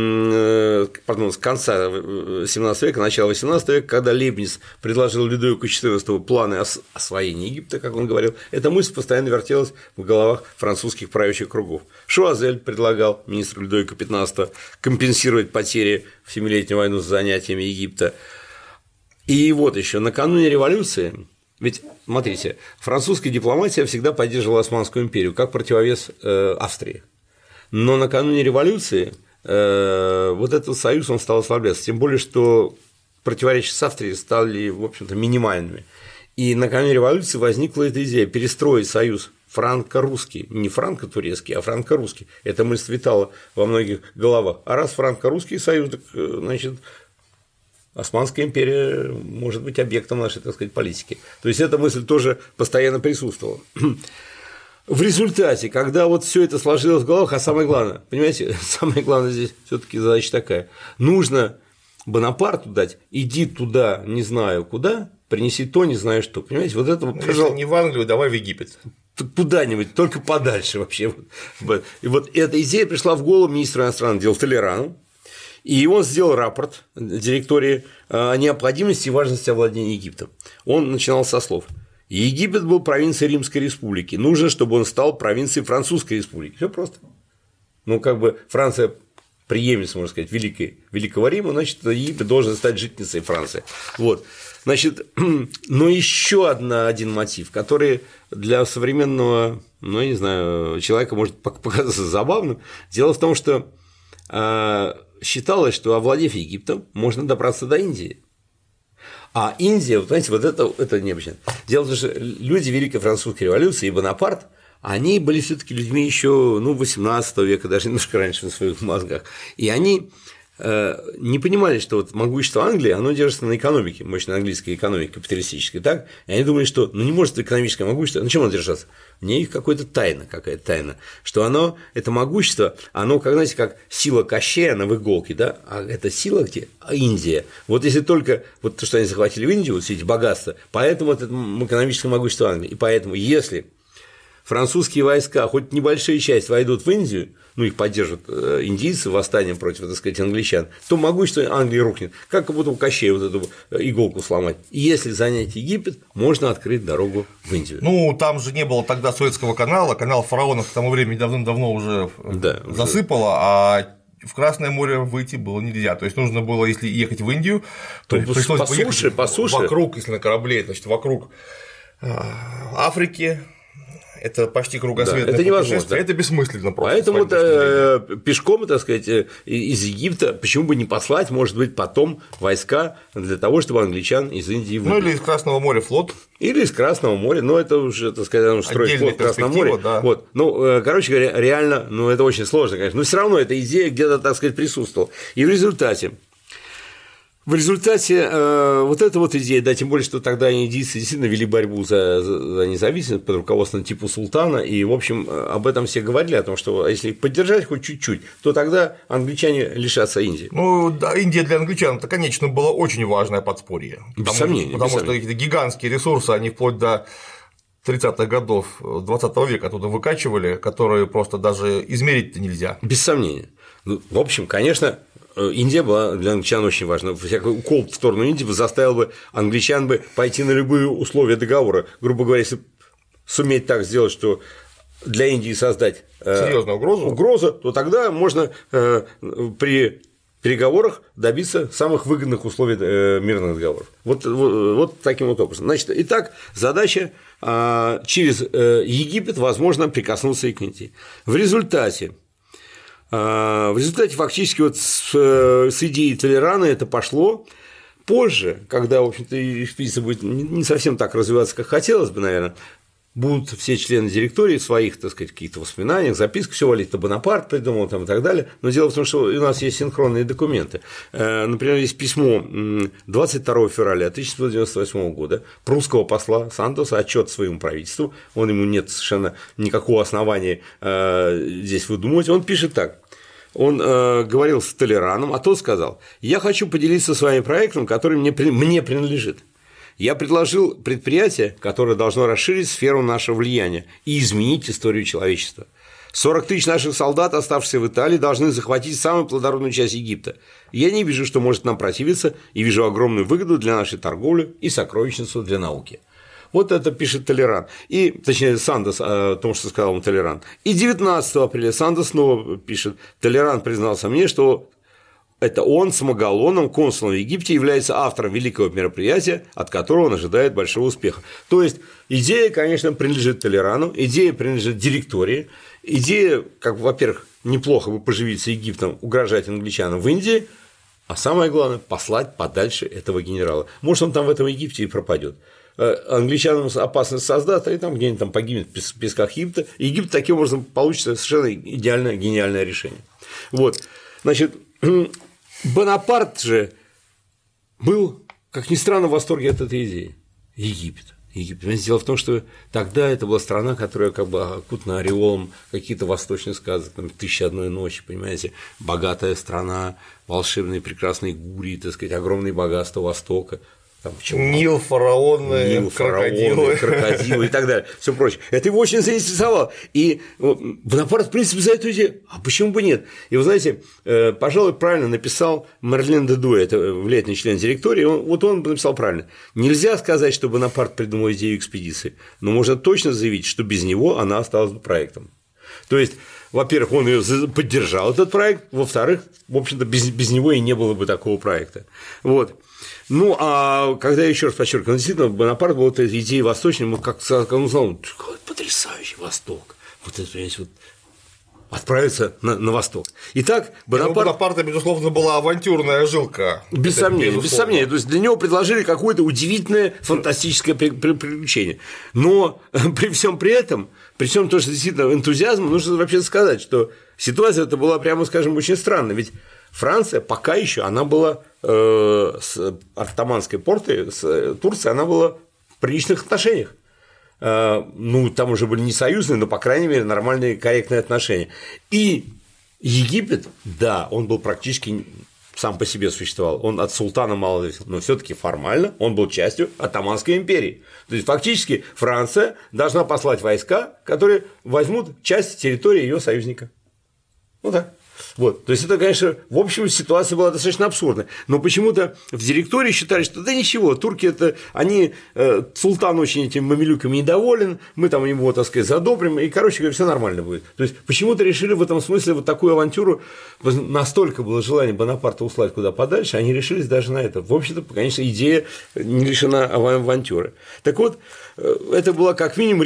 с конца 17 века, начала 18 века, когда Лейбниц предложил Людовику XIV планы освоения Египта, как он говорил, эта мысль постоянно вертелась в головах французских правящих кругов. Шуазель предлагал министру Людовика XV компенсировать потери в Семилетнюю войну с занятиями Египта. И вот еще накануне революции. Ведь, смотрите, французская дипломатия всегда поддерживала Османскую империю как противовес Австрии. Но накануне революции вот этот союз он стал ослабляться, тем более, что противоречия с Австрией стали, в общем-то, минимальными. И накануне революции возникла эта идея перестроить союз франко-русский, не франко-турецкий, а франко-русский. Эта мысль витала во многих головах. А раз франко-русский союз, так, значит, Османская империя может быть объектом нашей, так сказать, политики. То есть эта мысль тоже постоянно присутствовала. В результате, когда вот все это сложилось в головах, а самое главное, понимаете, самое главное здесь все-таки задача такая: нужно Бонапарту дать, иди туда, не знаю куда, принеси то, не знаю что. Понимаете, вот это вот, пожалуйста, не в Англию, давай в Египет. Куда-нибудь, только подальше вообще. И вот эта идея пришла в голову министру иностранных дел Толерану. И он сделал рапорт директории о необходимости и важности овладения Египтом. Он начинал со слов: Египет был провинцией Римской республики, нужно, чтобы он стал провинцией Французской республики. Все просто. Ну, как бы Франция преемница, можно сказать, Великого Рима, значит, Египет должен стать житницей Франции. Вот. Значит, но еще один мотив, который для современного, ну, не знаю, человека может показаться забавным. Дело в том, что считалось, что, овладев Египтом, можно добраться до Индии. А Индия, вот знаете, вот это необычно. Дело в том, что люди Великой Французской революции и Бонапарт, они были все-таки людьми еще 18 века, даже немножко раньше на своих мозгах. И они не понимали, что вот могущество Англии, оно держится на экономике, мощной английской экономике, капиталистической, так? И они думали, что не может экономическое могущество, на чем оно держаться? В ней какая-то тайна, что это могущество, оно, как, знаете, как сила Кощея, она в иголке, да? А эта сила где? Индия. Вот если только вот то, что они захватили в Индию, вот все эти богатства, поэтому это экономическое могущество Англии. И поэтому, если французские войска, хоть небольшая часть, войдут в Индию, ну, их поддержат индийцы восстанием против, так сказать, англичан, то могущество Англии рухнет, как будто у Кощея вот эту иголку сломать. И если занять Египет, можно открыть дорогу в Индию. Ну, там же не было тогда Суэцкого канала, канал фараонов к тому времени давным-давно уже засыпало, а в Красное море выйти было нельзя. То есть нужно было, если ехать в Индию, то пришлось по суше. Вокруг, если на корабле, значит, вокруг Африки. Это почти кругосветное путешествие, это бессмысленно просто. Поэтому пешком, так сказать, из Египта почему бы не послать, может быть, потом войска для того, чтобы англичан из Индии вывели. Ну, или из Красного моря флот. Или из Красного моря, но это уже, так сказать, строить флот в Красном море. Да. Вот. Ну, короче говоря, реально, это очень сложно, конечно, но все равно эта идея где-то, так сказать, присутствовала. И в результате В результате вот эта вот идея, да, тем более, что тогда индийцы действительно вели борьбу за независимость под руководством Типу Султана, и, в общем, об этом все говорили, о том, что если их поддержать хоть чуть-чуть, то тогда англичане лишатся Индии. Ну, да, Индия для англичан это, конечно, было очень важное подспорье. Без сомнения. Потому что эти гигантские ресурсы, они вплоть до 30-х годов 20 века оттуда выкачивали, которые просто даже измерить-то нельзя. Без сомнения. Ну, в общем, конечно, Индия была для англичан очень важна. Всякий укол в сторону Индии заставил бы англичан бы пойти на любые условия договора. Грубо говоря, если суметь так сделать, что для Индии создать серьезную угрозу, то тогда можно при переговорах добиться самых выгодных условий мирных договоров. Вот таким вот образом. Значит, итак, задача через Египет, возможно, прикоснуться и к Индии. В результате фактически вот с идеей Толерана это пошло. Позже, когда, в общем-то, экспедиция будет не совсем так развиваться, как хотелось бы, наверное, будут все члены директории в своих, так сказать, каких-то воспоминаниях, записках, все валить, Бонапарт придумал там и так далее. Но дело в том, что у нас есть синхронные документы. Например, есть письмо 22 февраля 1798 года прусского посла Сантоса, отчет своему правительству. Ему нет совершенно никакого основания здесь выдумывать. Он пишет так. Он говорил с Толераном, а тот сказал: «Я хочу поделиться с вами проектом, который мне принадлежит. Я предложил предприятие, которое должно расширить сферу нашего влияния и изменить историю человечества. 40 тысяч наших солдат, оставшихся в Италии, должны захватить самую плодородную часть Египта. Я не вижу, что может нам противиться, и вижу огромную выгоду для нашей торговли и сокровищницу для науки». Вот это пишет Толеран. И, точнее, Сандос о том, что сказал ему Толеран. И 19 апреля Сандос снова пишет: «Толеран признался мне, что это он с Магалоном, консулом в Египте, является автором великого мероприятия, от которого он ожидает большого успеха». То есть идея, конечно, принадлежит Толерану, идея принадлежит директории, идея, как, во-первых, неплохо бы поживиться Египтом, угрожать англичанам в Индии, а самое главное – послать подальше этого генерала. Может, он там в этом Египте и пропадет. Англичанам опасность создастся, и там где-нибудь там погибнет в песках Египта. И Египет таким образом получится совершенно идеальное, гениальное решение. Вот. Значит, Бонапарт же был, как ни странно, в восторге от этой идеи. Египет. Дело в том, что тогда это была страна, которая как бы окутана ореолом каких-то восточных сказок, там, «Тысяча одной ночи», понимаете, богатая страна, волшебные прекрасные гурии, так сказать, огромные богатства Востока. Там, Нил, фараоны, крокодилы и так далее, все прочее. Это его очень заинтересовало. И Бонапарт, в принципе, за эту идею, а почему бы нет? И вы знаете, пожалуй, правильно написал Мерлен де Дуэ, это влиятельный член директории, он написал правильно. Нельзя сказать, что Бонапарт придумал идею экспедиции, но можно точно заявить, что без него она осталась бы проектом. То есть, во-первых, он ее поддержал, этот проект, во-вторых, в общем-то, без него и не было бы такого проекта. Вот. Ну, а когда я еще раз подчеркиваю, действительно, Бонапарт был этой идеей восточной, мы как он сказал, какой потрясающий Восток, вот это, понимаете, вот отправиться на восток. Итак, у Бонапарта, безусловно, была авантюрная жилка. Без сомнения. То есть для него предложили какое-то удивительное фантастическое приключение. Но при всем при этом, при всем том, что действительно энтузиазм, нужно вообще сказать, что ситуация эта была, прямо скажем, очень странная. Ведь Франция пока еще, она была с Оттоманской портой, с Турцией, она была в приличных отношениях. Ну, там уже были не союзные, но, по крайней мере, нормальные, корректные отношения. И Египет, да, он был практически сам по себе существовал, он от султана мало зависел, но все-таки формально он был частью Оттоманской империи. То есть, фактически, Франция должна послать войска, которые возьмут часть территории ее союзника. Вот так. Вот. То есть это, конечно, в общем, ситуация была достаточно абсурдная. Но почему-то в директории считали, что да ничего, турки это они, султан очень этими мамилюками недоволен, мы там его, так сказать, задобрим, и, короче говоря, все нормально будет. То есть почему-то решили в этом смысле вот такую авантюру, настолько было желание Бонапарта услать куда подальше, они решились даже на это. В общем-то, конечно, идея не лишена авантюры. Так вот, это была как минимум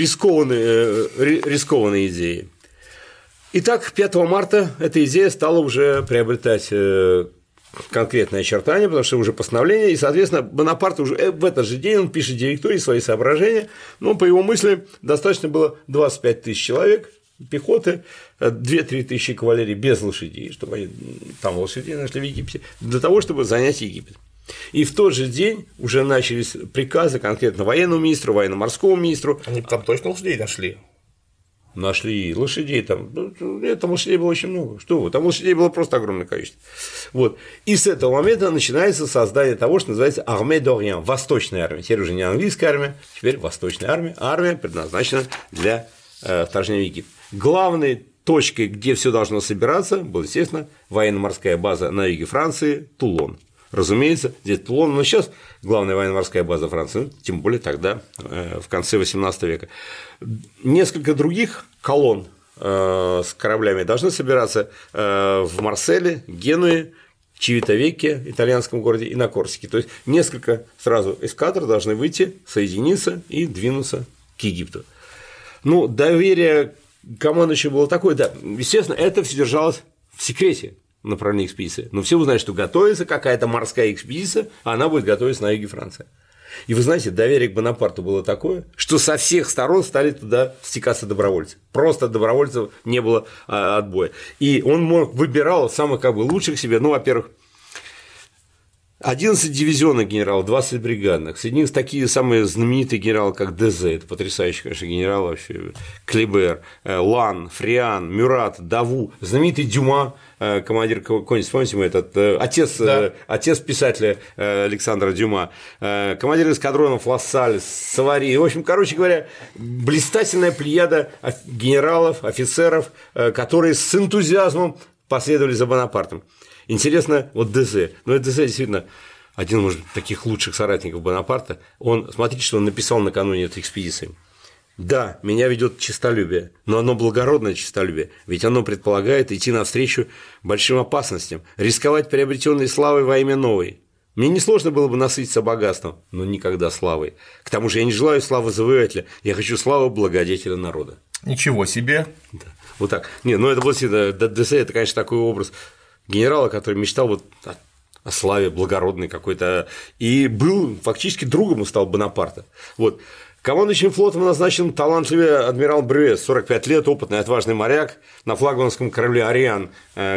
рискованная идея. Итак, 5 марта эта идея стала уже приобретать конкретные очертания, потому что уже постановление, и, соответственно, Бонапарт уже в этот же день он пишет директории свои соображения, но, по его мысли, достаточно было 25 тысяч человек пехоты, 2-3 тысячи кавалерии без лошадей, чтобы они там лошадей нашли в Египте, для того, чтобы занять Египет. И в тот же день уже начались приказы конкретно военному министру, военно-морскому министру. Они там точно лошадей нашли. Нашли лошадей там, там лошадей было очень много, что вы, там лошадей было просто огромное количество. Вот. И с этого момента начинается создание того, что называется Armée d'Orient, Восточная армия. Теперь уже не английская армия, теперь Восточная армия. Армия предназначена для вторжения в Египет. Главной точкой, где все должно собираться, была, естественно, военно-морская база на юге Франции, Тулон. Разумеется, здесь Тулон, но сейчас главная военно-морская база Франции, тем более тогда, в конце XVIII века. Несколько других колонн с кораблями должны собираться в Марселе, Генуе, Чивитавекке, итальянском городе, и на Корсике. То есть несколько сразу эскадр должны выйти, соединиться и двинуться к Египту. Ну, доверие командующего было такое, да, естественно, это все держалось в секрете. Направление экспедиции. Но все узнают, что готовится какая-то морская экспедиция, а она будет готовиться на юге Франции. И вы знаете, доверие к Бонапарту было такое, что со всех сторон стали туда стекаться добровольцы. Просто добровольцев не было отбоя. И он выбирал самых лучших себе, ну, во-первых, 11 дивизионных генералов, 20 бригадных. Среди них такие самые знаменитые генералы, как Дезе, это потрясающий, конечно, генерал вообще, Клебер, Лан, Фриан, Мюрат, Даву, знаменитый Дюма, командир какой-нибудь, помните, этот отец писателя Александра Дюма, командир эскадронов Лассаль, Савари, в общем, короче говоря, блистательная плеяда генералов, офицеров, которые с энтузиазмом последовали за Бонапартом. Интересно, вот Дезе, но Дезе действительно один, может быть, таких лучших соратников Бонапарта, смотрите, что он написал накануне этой экспедиции. Да, меня ведет честолюбие, но оно благородное честолюбие, ведь оно предполагает идти навстречу большим опасностям, рисковать приобретенной славой во имя новой. Мне несложно было бы насытиться богатством, но никогда славой. К тому же я не желаю славы завоевателя, я хочу славы благодетеля народа. Ничего себе. Да. Вот так. Не, ну это вот Дезе, это, конечно, такой образ генерала, который мечтал вот о славе благородной какой-то, и был фактически другом стал Бонапарта. Вот. Командующим флотом назначен талантливый адмирал Брюэс, 45 лет, опытный, отважный моряк, на флагманском корабле «Ариан»,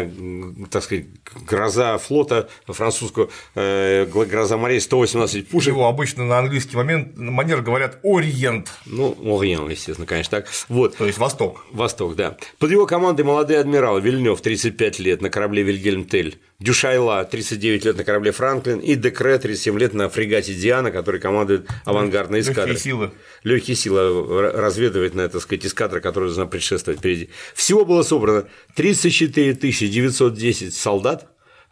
так сказать, гроза флота французского, гроза морей, 118 пушек. Его обычно на английский манер говорят «Ориент». Ну, Ориент, естественно, конечно, так. Вот. То есть Восток. Восток, да. Под его командой молодые адмиралы: Вильнёв, 35 лет, на корабле «Вильгельм Тель», Дюшайла, 39 лет, на корабле «Франклин», и Декре, 37 лет, на фрегате «Диана», который командует авангардной эскадрой. Легкие силы разведывает на, так сказать, эскадра, которая должна предшествовать впереди. Всего было собрано 34 910 солдат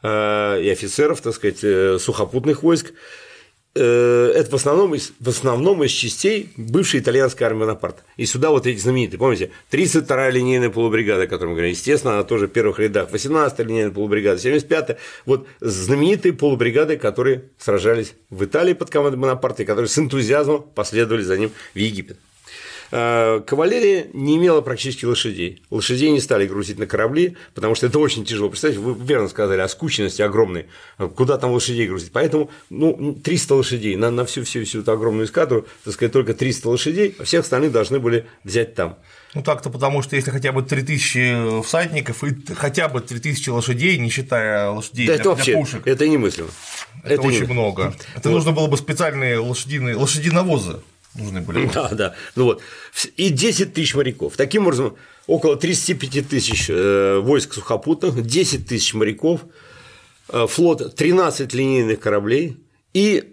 и офицеров, так сказать, сухопутных войск. Это в основном из частей бывшей итальянской армии Бонапарта. И сюда вот эти знаменитые, помните, 32-я линейная полубригада, о которой мы говорим, естественно, она тоже в первых рядах, 18-я линейная полубригада, 75-я, вот знаменитые полубригады, которые сражались в Италии под командой Бонапарта и которые с энтузиазмом последовали за ним в Египет. Кавалерия не имела практически лошадей. Лошадей не стали грузить на корабли, потому что это очень тяжело. Представьте, вы верно сказали о скученности огромной. Куда там лошадей грузить? Поэтому 300 лошадей на всю эту огромную эскадру, так сказать, только 300 лошадей, а всех остальных должны были взять там. Ну так-то потому, что если хотя бы 3000 всадников и хотя бы 3000 лошадей, не считая лошадей да для вообще, пушек. Это немыслимо. Это очень много. Это нужно было бы специальные лошадиновозы. Нужны были. Да. Ну вот. И 10 тысяч моряков. Таким образом, около 35 тысяч войск сухопутных, 10 тысяч моряков, флот 13 линейных кораблей и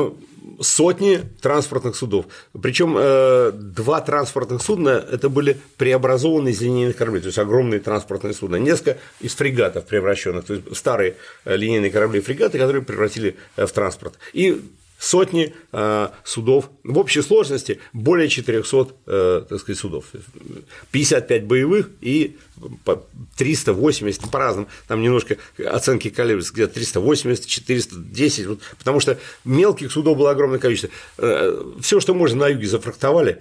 сотни транспортных судов. Причем 2 транспортных судна это были преобразованы из линейных кораблей, то есть огромные транспортные судна, несколько из фрегатов превращенных, то есть старые линейные корабли и фрегаты, которые превратили в транспорт. И сотни судов, в общей сложности более 400 так сказать, судов, 55 боевых и 380, по-разному, там немножко оценки колеблются, где-то 380, 410, вот, потому что мелких судов было огромное количество. Все, что можно на юге, зафрахтовали,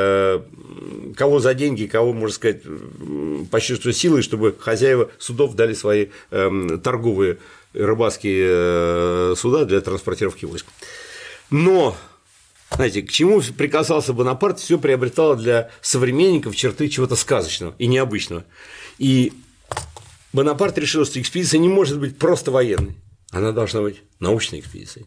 кого за деньги, кого, можно сказать, по чувству силы, чтобы хозяева судов дали свои торговые рыбацкие суда для транспортировки войск. Но, знаете, к чему прикасался Бонапарт, все приобретало для современников черты чего-то сказочного и необычного. И Бонапарт решил, что экспедиция не может быть просто военной. Она должна быть научной экспедицией.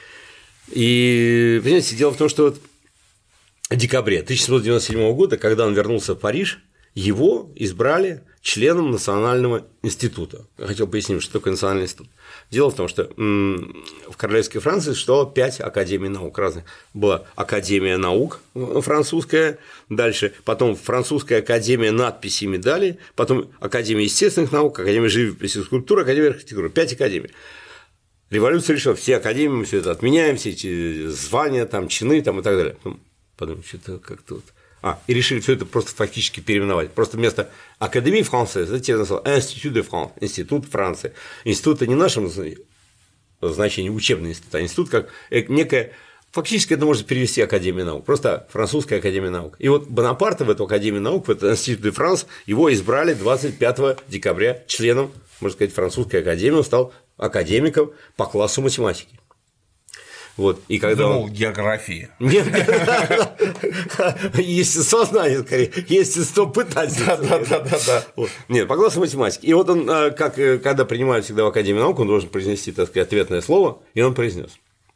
И, понимаете, дело в том, что вот в декабре 1797 года, когда он вернулся в Париж, его избрали членом Национального института. Я хотел пояснить, что такое Национальный институт. Дело в том, что в Королевской Франции существовало 5 академий наук разных. Была Академия наук французская, дальше потом Французская академия надписей и медалей, потом Академия естественных наук, Академия живописи и скульптуры, Академия архитектуры. 5 академий. Революция решила, все академии, мы все это отменяем, все эти звания, там, чины там, и так далее. Потом что-то как-то вот. И решили все это просто фактически переименовать. Просто вместо Академии Францез, это теперь назвал Институт де Франс, Институт Франции. Институт не в нашем значении учебный институт, а институт как некая. Фактически это можно перевести Академия наук, просто Французская академия наук. И вот Бонапарта в эту Академию наук, в этот Институт де Франс, его избрали 25 декабря членом, можно сказать, Французской академии, он стал академиком по классу математики. Вот, и когда думал, географии. Нет, естество знания, скорее, естество пытать. Да. Нет, по классу математики. И вот он, как когда принимают всегда в Академии наук, он должен произнести, так сказать, ответное слово, и он произнес: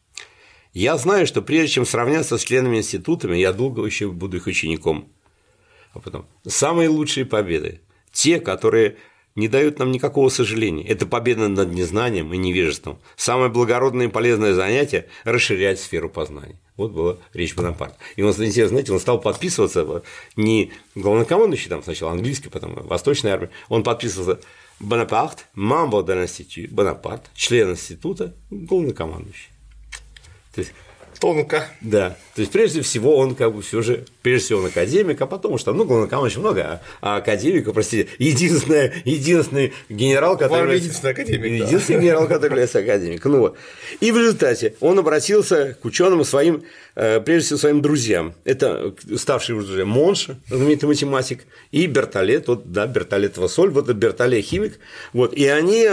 я знаю, что прежде чем сравняться с членами институтами, я долго еще буду их учеником. А потом самые лучшие победы, те, которые не дают нам никакого сожаления. Это победа над незнанием и невежеством. Самое благородное и полезное занятие – расширять сферу познания. Вот была речь Бонапарта. И он, знаете, он стал подписываться не главнокомандующий, там сначала английский, потом восточной армии, он подписывался Бонапарт, membre de l'Institut, Бонапарт, член института, главнокомандующий. То есть, тонко. Да. То есть, прежде всего, он как бы все же, прежде всего, он академик, а потом уж там, главнокомандующих много, а академика, простите, единственный генерал, который. Единственный академик. Единственный генерал, который является академиком. Вот. И в результате он обратился к ученым своим, прежде всего, своим друзьям. Это ставший уже друзья Монш, знаменитый математик, и Бертолет, Бертолет Вассоль, вот это Бертолет химик. Вот. И они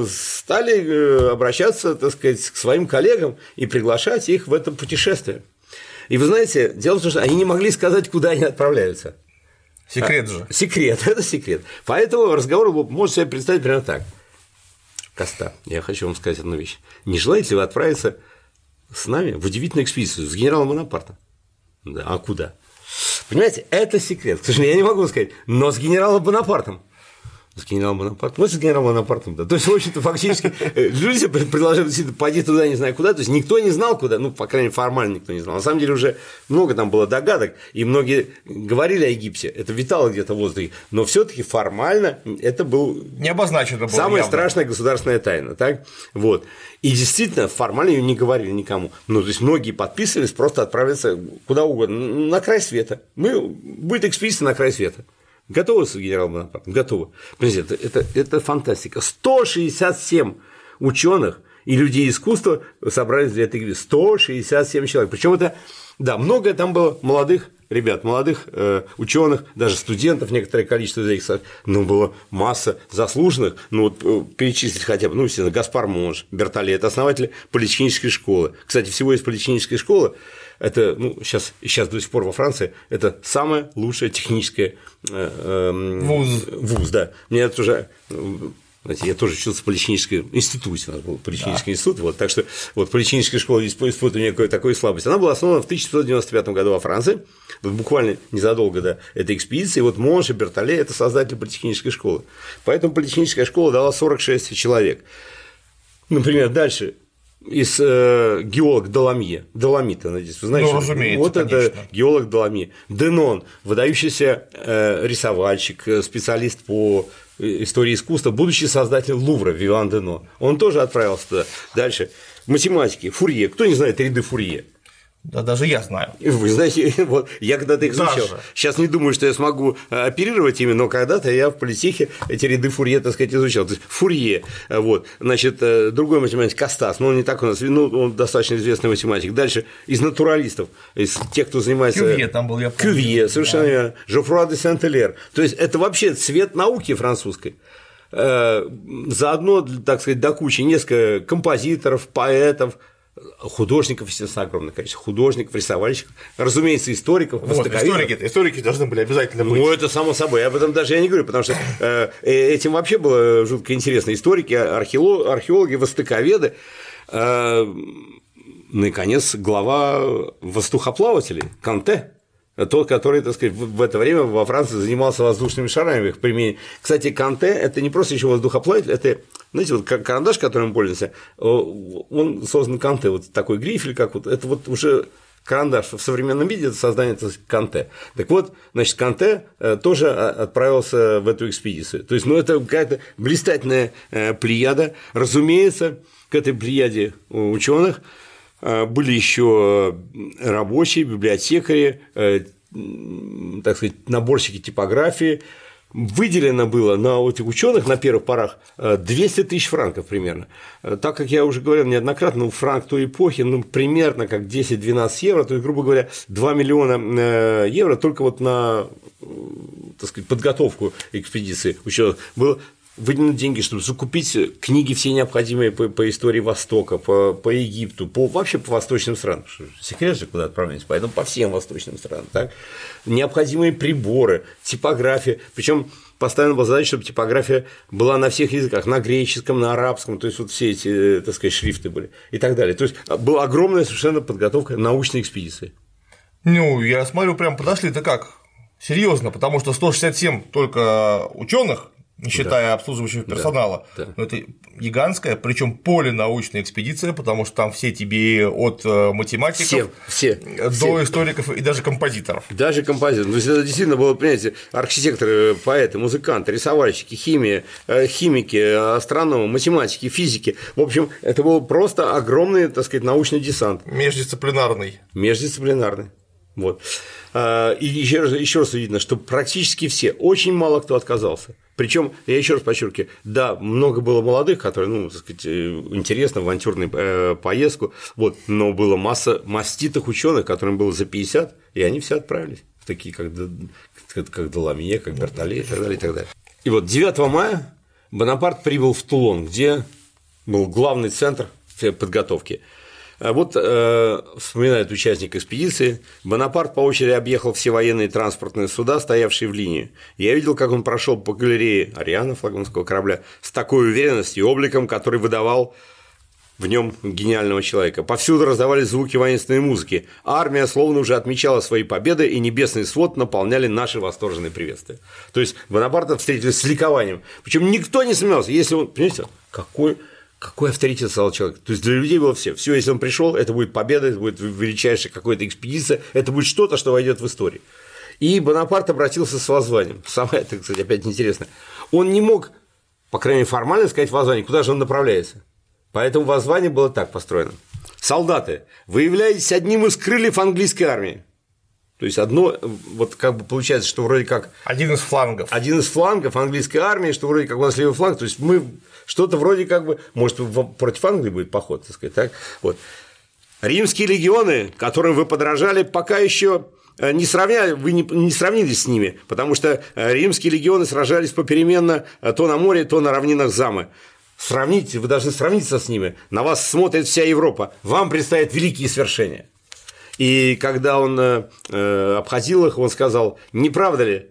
стали обращаться, так сказать, к своим коллегам и приглашать их в это путешествие. И вы знаете, дело в том, что они не могли сказать, куда они отправляются. Секрет же. Секрет, это секрет. Поэтому разговор был, можете себе представить примерно так. Коста, я хочу вам сказать одну вещь. Не желаете ли вы отправиться с нами в удивительную экспедицию с генералом Бонапартом? Да, а куда? Понимаете, это секрет. К сожалению, я не могу сказать, но с генералом Бонапартом. С генералом Бонапартом. С генералом Бонапартом, да. То есть, в общем-то, фактически люди предложили пойти туда, не знаю куда. То есть, никто не знал, куда. По крайней мере, формально никто не знал. На самом деле, уже много там было догадок, и многие говорили о Египте. Это витало где-то в воздухе. Но все-таки формально это был. Не обозначено было. Самая явно. страшная государственная тайна. Так? Вот. И действительно, формально ее не говорили никому. То есть, многие подписывались просто отправиться куда угодно. На край света. Будет экспедиция на край света. Готовы с генералом Бонапартом? Готовы. Понимаете, это фантастика. 167 ученых и людей искусства собрались для этой игры. 167 человек. Причем это, да, много там было молодых ребят, молодых ученых, даже студентов, некоторое количество из них, но было масса заслуженных, перечислить хотя бы, естественно, Гаспар Монж, Бертолет, основатель политехнической школы. Кстати, всего из политехнической школы, это, сейчас до сих пор во Франции, это самая лучшая техническая вуз, да. Мне это уже. Знаете, я тоже учился в политехническом институте, у нас был политехнический институт, вот, так что вот политехническая школа испытывает у меня такую слабость. Она была основана в 1795 году во Франции, буквально незадолго до этой экспедиции. Вот Монш и Бертоле – это создатели политехнической школы. Поэтому политехническая школа дала 46 человек. Например, дальше из геолог Доломье, Доломит, надеюсь, вы знаете, разумеется, вот конечно. это геолог Доломье, Денон, выдающийся рисовальщик, специалист по истории искусства, будущий создатель Лувра Виван Дено, он тоже отправился туда. Дальше математики, Фурье, кто не знает ряды Фурье? Да, даже я знаю. Вы знаете, вот я когда-то их изучал. Сейчас не думаю, что я смогу оперировать ими, но когда-то я в политехе эти ряды Фурье, так сказать, изучал. То есть Фурье, вот, значит, другой математик Костас, но он не так у нас, он достаточно известный математик. Дальше из натуралистов, из тех, кто занимается. Кювье там был, я помню. Кювье, совершенно верно. Жофруа де Сент-Элер. То есть это вообще цвет науки французской. Заодно, так сказать, до кучи несколько композиторов, поэтов, художников, естественно, огромное количество. Художников, рисовальщиков, разумеется, историков, востоковедов. Историки должны были обязательно быть. Ну, это само собой. Об этом даже я не говорю, потому что этим вообще было жутко интересно. Историки, археологи, востоковеды. Наконец, глава воздухоплавателей Канте. Тот, который, так сказать, в это время во Франции занимался воздушными шарами в их применении. Кстати, Канте – это не просто еще воздухоплаватель, это, знаете, вот карандаш, которым мы пользуемся, он создан Канте, вот такой грифель, как вот, это вот уже карандаш в современном виде, это создание Канте. Так вот, значит, Канте тоже отправился в эту экспедицию. То есть, ну, это какая-то блистательная плеяда. Разумеется, к этой плеяде ученых были еще рабочие, библиотекари, так сказать, наборщики типографии. Выделено было на этих ученых на первых порах 200 тысяч франков примерно. Так как я уже говорил неоднократно, ну, франк той эпохи, ну, примерно как 10-12 евро, то есть, грубо говоря, 2 миллиона евро только вот на, так сказать, подготовку экспедиции ученых было выделены деньги, чтобы закупить книги все необходимые по истории Востока, по Египту, вообще по восточным странам. Секрет же, куда отправляемся, поэтому по всем восточным странам. Так? Необходимые приборы, типография. Причем поставлена была задача, чтобы типография была на всех языках, на греческом, на арабском, то есть вот все эти, так сказать, шрифты были и так далее. То есть была огромная совершенно подготовка научной экспедиции. Ну, я смотрю, прям подошли-то как? Серьезно, потому что 167 только ученых, не считая обслуживающего персонала. Да. Но это гигантская, причем поленаучная экспедиция, потому что там все тебе от математиков до историков и даже композиторов. Даже композиторов. То есть это действительно было, понимаете, архитекторы, поэты, музыканты, рисовальщики, химики, астрономы, математики, физики. В общем, это был просто огромный, так сказать, научный десант. Междисциплинарный. Вот. И еще раз видно, что практически все, очень мало кто отказался. Причем, я еще раз подчеркиваю, да, много было молодых, которые, ну, так сказать, интересно, в авантюрную поездку, вот, но была масса маститых ученых, которым было за 50, и они все отправились, такие как Деламье, как Бертоле и так далее, и так далее. И вот 9 мая Бонапарт прибыл в Тулон, где был главный центр подготовки. Вот вспоминает участник экспедиции, Бонапарт по очереди объехал все военные транспортные суда, стоявшие в линии. Я видел, как он прошел по галерее Ариана, флагманского корабля, с такой уверенностью и обликом, который выдавал в нем гениального человека. Повсюду раздавались звуки воинственной музыки. Армия словно уже отмечала свои победы, и небесный свод наполняли наши восторженные приветствия. То есть Бонапарта встретили с ликованием. Причем никто не сомневался, если он, понимаете, какой авторитет стал человек. То есть для людей было все, если он пришел, это будет победа, это будет величайшая какая-то экспедиция, это будет что-то, что войдет в историю. И Бонапарт обратился с воззванием. Самое, это, кстати, опять интересно. Он не мог, по крайней мере, формально сказать воззвание, куда же он направляется. Поэтому воззвание было так построено. Солдаты, вы являетесь одним из крыльев английской армии. То есть одно, вот как бы получается, что вроде как… Один из флангов английской армии, что вроде как у нас левый фланг, то есть мы что-то вроде как бы, может, против Англии будет поход, так сказать, так? Вот. Римские легионы, которым вы подражали, пока еще вы не сравнились с ними, потому что римские легионы сражались попеременно то на море, то на равнинах Замы. Вы должны сравниться с ними, на вас смотрит вся Европа, вам предстоят великие свершения. И когда он обходил их, он сказал: не правда ли,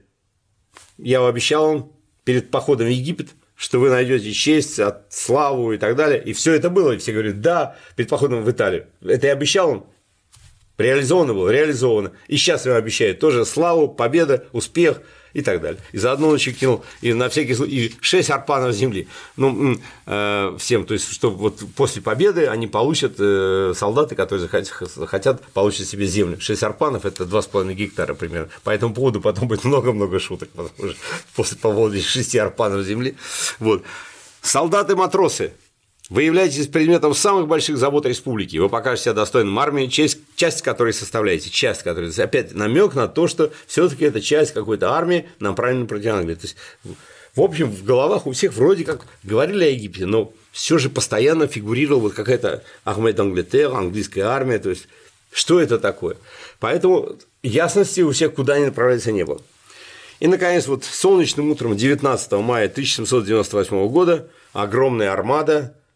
я обещал вам перед походом в Египет, что вы найдете честь, славу и так далее. И все это было. И все говорят: да, перед походом в Италию. Это я обещал вам. Реализовано было, реализовано. И сейчас я вам обещаю тоже славу, победа, успех и так далее. И заодно он еще кинул и на всякий случай и 6 арпанов земли. Ну, всем, то есть, что вот после победы они получат, солдаты, которые захотят, получат себе землю. 6 арпанов – это 2,5 гектара примерно. По этому поводу потом будет много-много шуток, после поводу 6 арпанов земли. Вот. Солдаты-матросы. Вы являетесь предметом самых больших забот республики. Вы покажете себя достойным армии, часть которой составляете, опять намек на то, что все-таки это часть какой-то армии, направленной против Англии. То есть, в общем, в головах у всех вроде как говорили о Египте, но все же постоянно фигурировала вот какая-то Армée d'Angleterre, английская армия. То есть, что это такое? Поэтому ясности у всех, куда они направляются, не было. И, наконец, вот солнечным утром 19 мая 1798 года огромная армада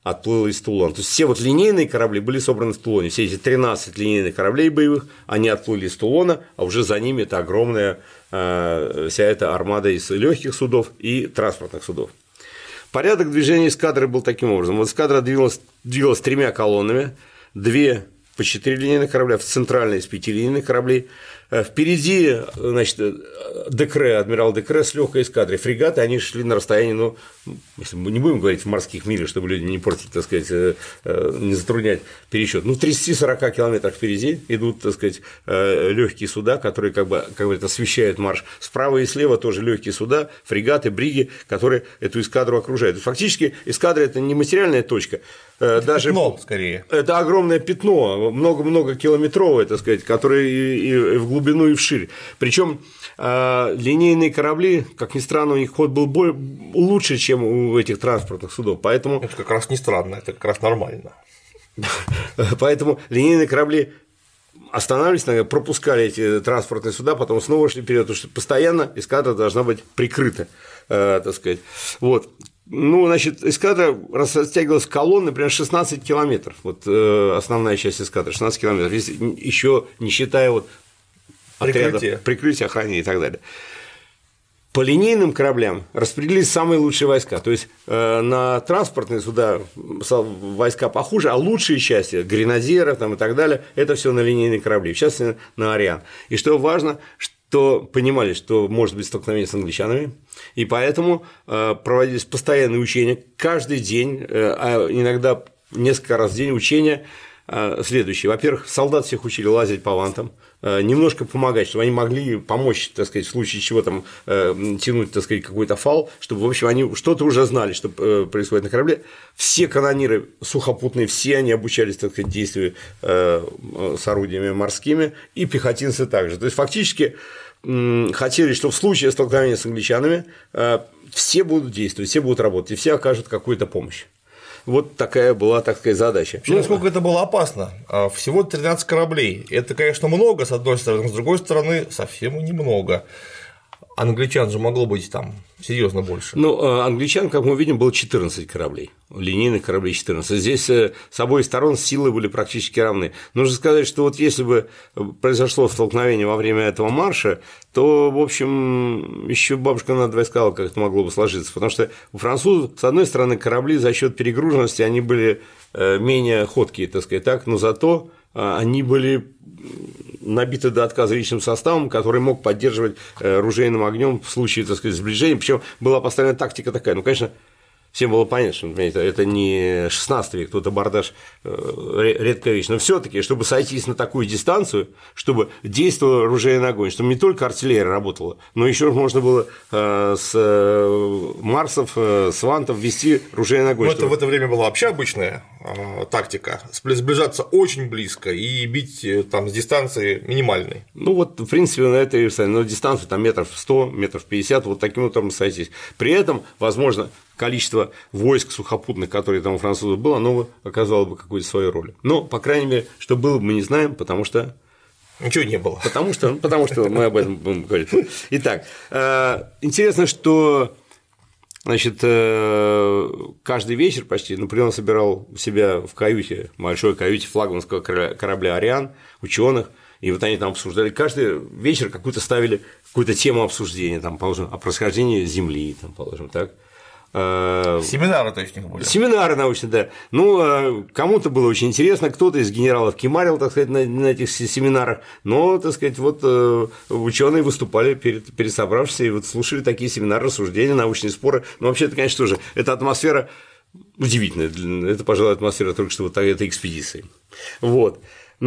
отплыло из Тулона. То есть все вот линейные корабли были собраны в Тулоне. Все эти 13 линейных кораблей боевых, они отплыли из Тулона, а уже за ними это огромная вся эта армада из легких судов и транспортных судов. Порядок движения эскадры был таким образом. Вот эскадра двигалась 3 колоннами, 2 по 4 линейных корабля, в центральной из 5 линейных кораблей. Впереди, значит, Декре, адмирал Декре с легкой эскадрой. Фрегаты, они шли на расстоянии, ну, если мы не будем говорить в морских милях, чтобы люди не портить, так сказать, не затруднять пересчет. Ну, 30-40 километров впереди идут, так сказать, легкие суда, которые как бы освещают марш. Справа и слева тоже легкие суда, фрегаты, бриги, которые эту эскадру окружают. Фактически эскадра – это не материальная точка, даже пятно, скорее. Это огромное пятно, много-много километровое, так сказать, которое и в глубину, и вширь. Причем линейные корабли, как ни странно, у них ход был лучше, чем у этих транспортных судов. Поэтому... Это как раз не странно, это как раз нормально. Поэтому линейные корабли останавливались, пропускали эти транспортные суда, потом снова шли вперед, потому что постоянно эскадра должна быть прикрыта, так сказать. Вот. Ну, значит, эскадра растягивалась в колонны, например, 16 километров. Вот основная часть эскадры 16 километров, еще не считая вот прикрытия, охраны и так далее. По линейным кораблям распределились самые лучшие войска. То есть на транспортные суда войска похуже, а лучшие части гренадеров там, и так далее это все на линейные корабли, в частности на Ариан. И что важно, что понимали, что может быть столкновение с англичанами, и поэтому проводились постоянные учения каждый день, а иногда несколько раз в день учения следующие. Во-первых, солдат всех учили лазить по вантам, немножко помогать, чтобы они могли помочь, так сказать, в случае чего там тянуть, так сказать, какой-то фал, чтобы, в общем, они что-то уже знали, что происходит на корабле. Все канониры сухопутные, все они обучались, так сказать, действию с орудиями морскими, и пехотинцы также. То есть, фактически, хотели, что в случае столкновения с англичанами все будут действовать, все будут работать, и все окажут какую-то помощь. Вот такая была, так сказать, задача. Вообще, насколько это было опасно? Всего 13 кораблей. Это, конечно, много, с одной стороны, с другой стороны, совсем немного. Англичан же могло быть там серьезно больше. Ну, англичан, как мы видим, было 14 кораблей, линейных кораблей 14. Здесь с обоих сторон силы были практически равны. Нужно сказать, что вот если бы произошло столкновение во время этого марша, то, в общем, еще бабушка надвое сказала, как это могло бы сложиться. Потому что у французов, с одной стороны, корабли за счет перегруженности, они были менее ходкие, так сказать, так, но зато они были набиты до отказа личным составом, который мог поддерживать ружейным огнем в случае, так сказать, сближения. Причем была поставлена тактика такая. Ну, конечно, всем было понятно, что это не 16 век, тут абордаж редкая вещь, но все-таки, чтобы сойтись на такую дистанцию, чтобы действовал ружейный огонь, чтобы не только артиллерия работала, но еще можно было с Марсов, с Вантов вести ружейный огонь. Это в это время была вообще обычная тактика – сближаться очень близко и бить там с дистанции минимальной. Ну вот, в принципе, на этой дистанцию там метров 100, метров 50, вот таким вот сойтись. При этом, возможно, количество войск сухопутных, которые там у французов было, оно оказало бы какую-то свою роль. Но, по крайней мере, что было бы, мы не знаем, потому что… Ничего не было. Потому что мы об этом будем говорить. Итак, интересно, что… Значит, каждый вечер почти Наполеон собирал у себя в каюте, большой каюте флагманского корабля «Ариан», ученых, и вот они там обсуждали, каждый вечер ставили какую-то тему обсуждения, там, положим, о происхождении Земли, там, положим, так. Семинары, то есть, у них были. Семинары научные, да. Ну, кому-то было очень интересно, кто-то из генералов кимарил, так сказать, на этих семинарах, но, так сказать, вот ученые выступали перед собравшимися и вот слушали такие семинары, рассуждения, научные споры. Ну, вообще, это, конечно, тоже, эта атмосфера удивительная, это, пожалуй, атмосфера только что вот этой экспедиции. Вот.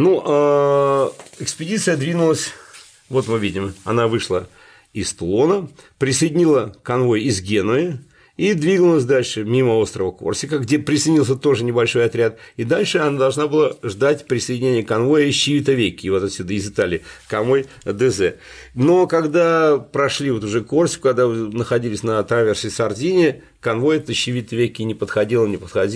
Ну, экспедиция двинулась, вот мы видим, она вышла из Тулона, присоединила конвой из Генуи, и двигалась дальше мимо острова Корсика, где присоединился тоже небольшой отряд, и дальше она должна была ждать присоединения конвоя из Чивитавеккии, вот отсюда из Италии, конвой ДЗ. Но когда прошли вот уже Корсику, когда находились на траверсе Сардинии, конвой от Чивитавеккии не подходил,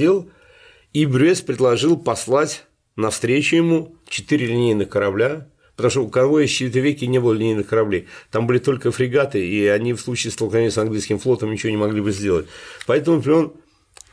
и Брюс предложил послать навстречу ему 4 линейных корабля, потому что у конвоя из Чивитавеккии не было линейных кораблей, там были только фрегаты, и они в случае столкновения с английским флотом ничего не могли бы сделать. Поэтому Наполеон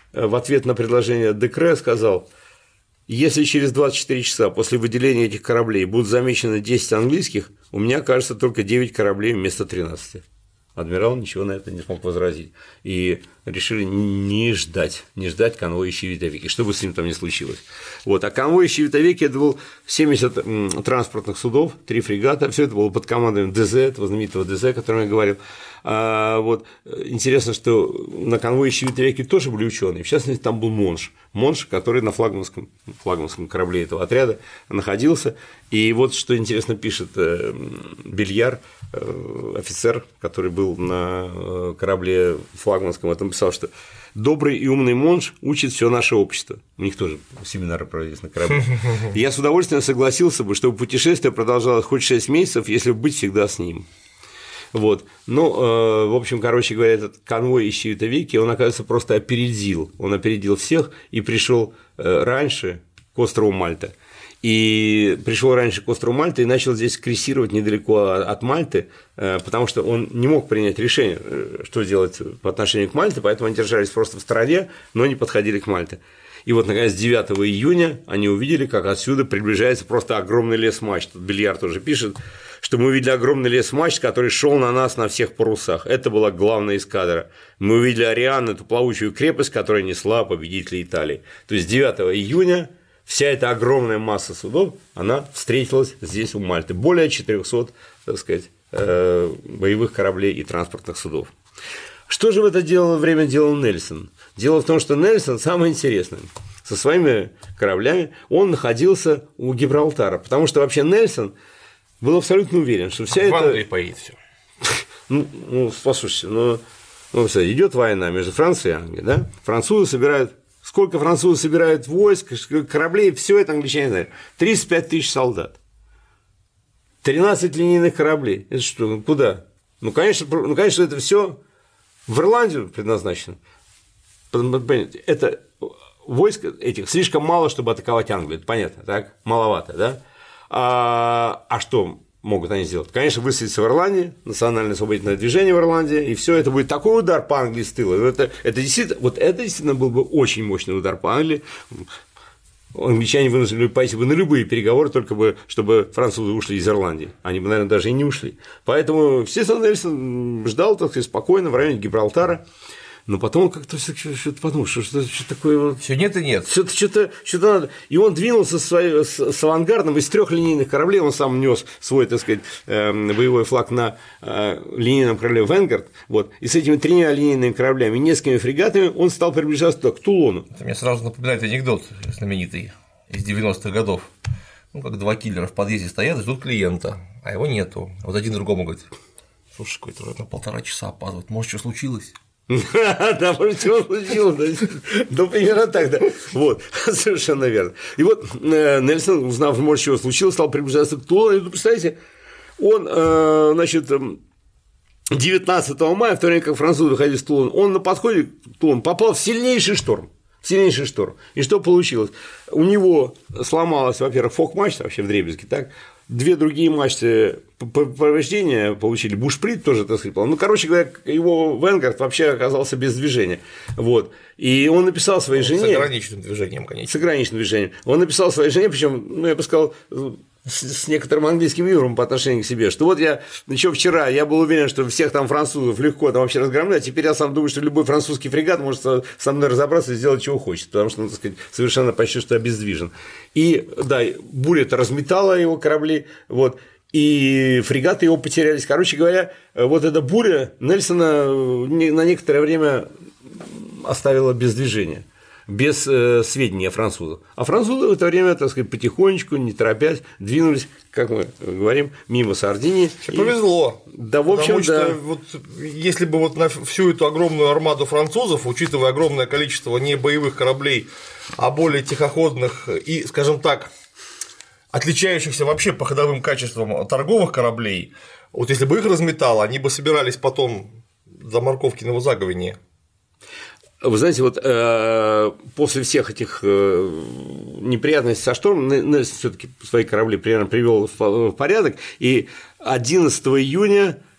в ответ на предложение Декре сказал: если через 24 часа после выделения этих кораблей будут замечены 10 английских, у меня окажется только 9 кораблей вместо 13. Адмирал ничего на это не смог возразить. И решили не ждать конвоя Щевитовеки, что бы с ним там ни случилось. Вот. А конвой Щевитовеки – это был 70 транспортных судов, 3 фрегата, все это было под командой ДЗ, этого знаменитого ДЗ, о котором я говорил. Вот. Интересно, что на конвое Щевитовеки тоже были ученые, в частности, там был Монш, который на флагманском корабле этого отряда находился. И вот что интересно пишет Бельяр, офицер, который был на корабле флагманском, это написал, что добрый и умный Монш учит все наше общество. У них тоже семинары проводились на корабле. И я с удовольствием согласился бы, чтобы путешествие продолжалось хоть 6 месяцев, если быть всегда с ним. Вот. Ну, в общем, короче говоря, этот конвой из Щевитовеки, он, оказывается, просто опередил. Он опередил всех и пришел раньше к острову Мальта. И пришел раньше к острову Мальта и начал здесь крейсировать недалеко от Мальты, потому что он не мог принять решение, что делать по отношению к Мальте, поэтому они держались просто в стороне, но не подходили к Мальте. И вот, наконец, 9 июня они увидели, как отсюда приближается просто огромный лес мачт. Тут Бельяр тоже пишет, что мы увидели огромный лес мачт, который шел на нас на всех парусах. Это была главная эскадра. Мы увидели Ариан, эту плавучую крепость, которая несла победителей Италии. То есть 9 июня вся эта огромная масса судов, она встретилась здесь у Мальты. Более 400, так сказать, боевых кораблей и транспортных судов. Что же в это время делал Нельсон? Дело в том, что Нельсон, самое интересное, со своими кораблями он находился у Гибралтара, потому что вообще Нельсон был абсолютно уверен, что вся эта… В Англии поедет все. Ну, послушайте, идет война между Францией и Англией, да? Французы собирают… Сколько французы собирают войск, кораблей, все это англичане знают. 35 тысяч солдат. 13 линейных кораблей. Это что, куда? Ну, конечно, это все в Ирландию предназначено. Это войск этих слишком мало, чтобы атаковать Англию. Это понятно, так? Маловато, да? А что могут они сделать? Конечно, высадиться в Ирландии, национальное освободительное движение в Ирландии, и все это будет такой удар по Англии с тыла. Это действительно был бы очень мощный удар по Англии. Англичане вынуждены пойти бы на любые переговоры, только бы, чтобы французы ушли из Ирландии. Они бы, наверное, даже и не ушли. Поэтому, естественно, Нельсон ждал, так сказать, спокойно в районе Гибралтара. Но потом он как-то что-то подумал, что такое. Все нет и нет. Что-то надо. И он двинулся с авангардом из 3 линейных кораблей. Он сам нес свой, так сказать, боевой флаг на линейном корабле Венгард. Вот. И с этими 3 линейными кораблями и несколькими фрегатами он стал приближаться туда, к Тулону. Это мне сразу напоминает анекдот знаменитый из 90-х годов. Ну, как 2 киллера в подъезде стоят и ждут клиента, а его нету. Вот один другому говорит: слушай, какой-то уже на 1,5 часа опаздывает, может, что случилось? Да, может, чего случилось, да, примерно так, да, вот, совершенно верно. И вот Нельсон, узнав, может, чего случилось, стал приближаться к Тулону, и, представляете, он, значит, 19 мая, в то время как французы выходили с Тулона, он на подходе к Тулону попал в сильнейший шторм. И что получилось? У него сломалась, во-первых, фок-мачта, вообще вдребезги, так, 2 другие мачты повреждения получили, бушприт тоже, так сказать, ну, короче говоря, его Венгард вообще оказался без движения, вот, и он написал своей жене… С ограниченным движением, конечно. С ограниченным движением. Он написал своей жене, причем, ну, я бы сказал, с некоторым английским юмором по отношению к себе, что вот я еще вчера я был уверен, что всех там французов легко там вообще разгромлю, а теперь я сам думаю, что любой французский фрегат может со мной разобраться и сделать, чего хочет, потому что, ну, так сказать, совершенно почти что обездвижен. И, да, буря-то разметала его корабли, вот, и фрегаты его потерялись. Короче говоря, вот эта буря Нельсона на некоторое время оставила без движения, без сведения о французах. А французы в это время, так сказать, потихонечку, не торопясь, двинулись, как мы говорим, мимо Сардинии. Повезло. Да, в общем, потому что вот, если бы вот на всю эту огромную армаду французов, учитывая огромное количество не боевых кораблей, а более тихоходных и, скажем так, отличающихся вообще по ходовым качествам торговых кораблей, вот если бы их разметало, они бы собирались потом за Морковкиного заговение. Вы знаете, вот после всех этих неприятностей со штормом Нельсон все-таки свои корабли примерно привел в порядок, и 11 июня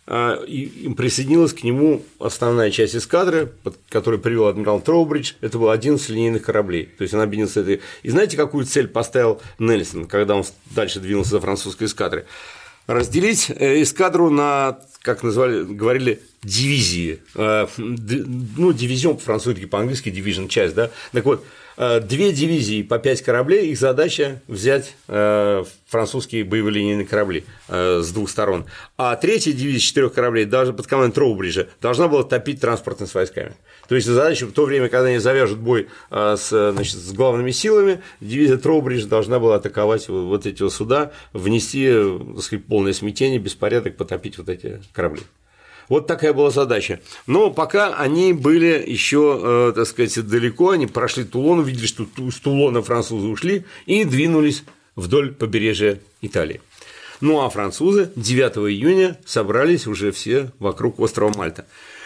и присоединилась к нему основная часть эскадры, которую привел адмирал Троубридж. Это был 11 линейных кораблей. То есть он объединился этой. И знаете, какую цель поставил Нельсон, когда он дальше двинулся за французской эскадрой? Разделить эскадру на, как говорили, дивизии. Ну, дивизион по-французски, по-английски division, часть, да. Так вот, 2 дивизии по 5 кораблей, их задача взять французские боевые линейные корабли с 2 сторон. А 3-я дивизия 4 кораблей, даже под командой Троубриджа, должна была топить транспортными войсками. То есть задача в то время, когда они завяжут бой с главными силами, дивизия Троубриджа должна была атаковать вот эти вот суда, внести, так сказать, полное смятение, беспорядок, потопить вот эти корабли. Вот такая была задача. Но пока они были еще, так сказать, далеко, они прошли Тулон, увидели, что с Тулона французы ушли и двинулись вдоль побережья Италии. Ну а французы 9 июня собрались уже все вокруг острова Мальта.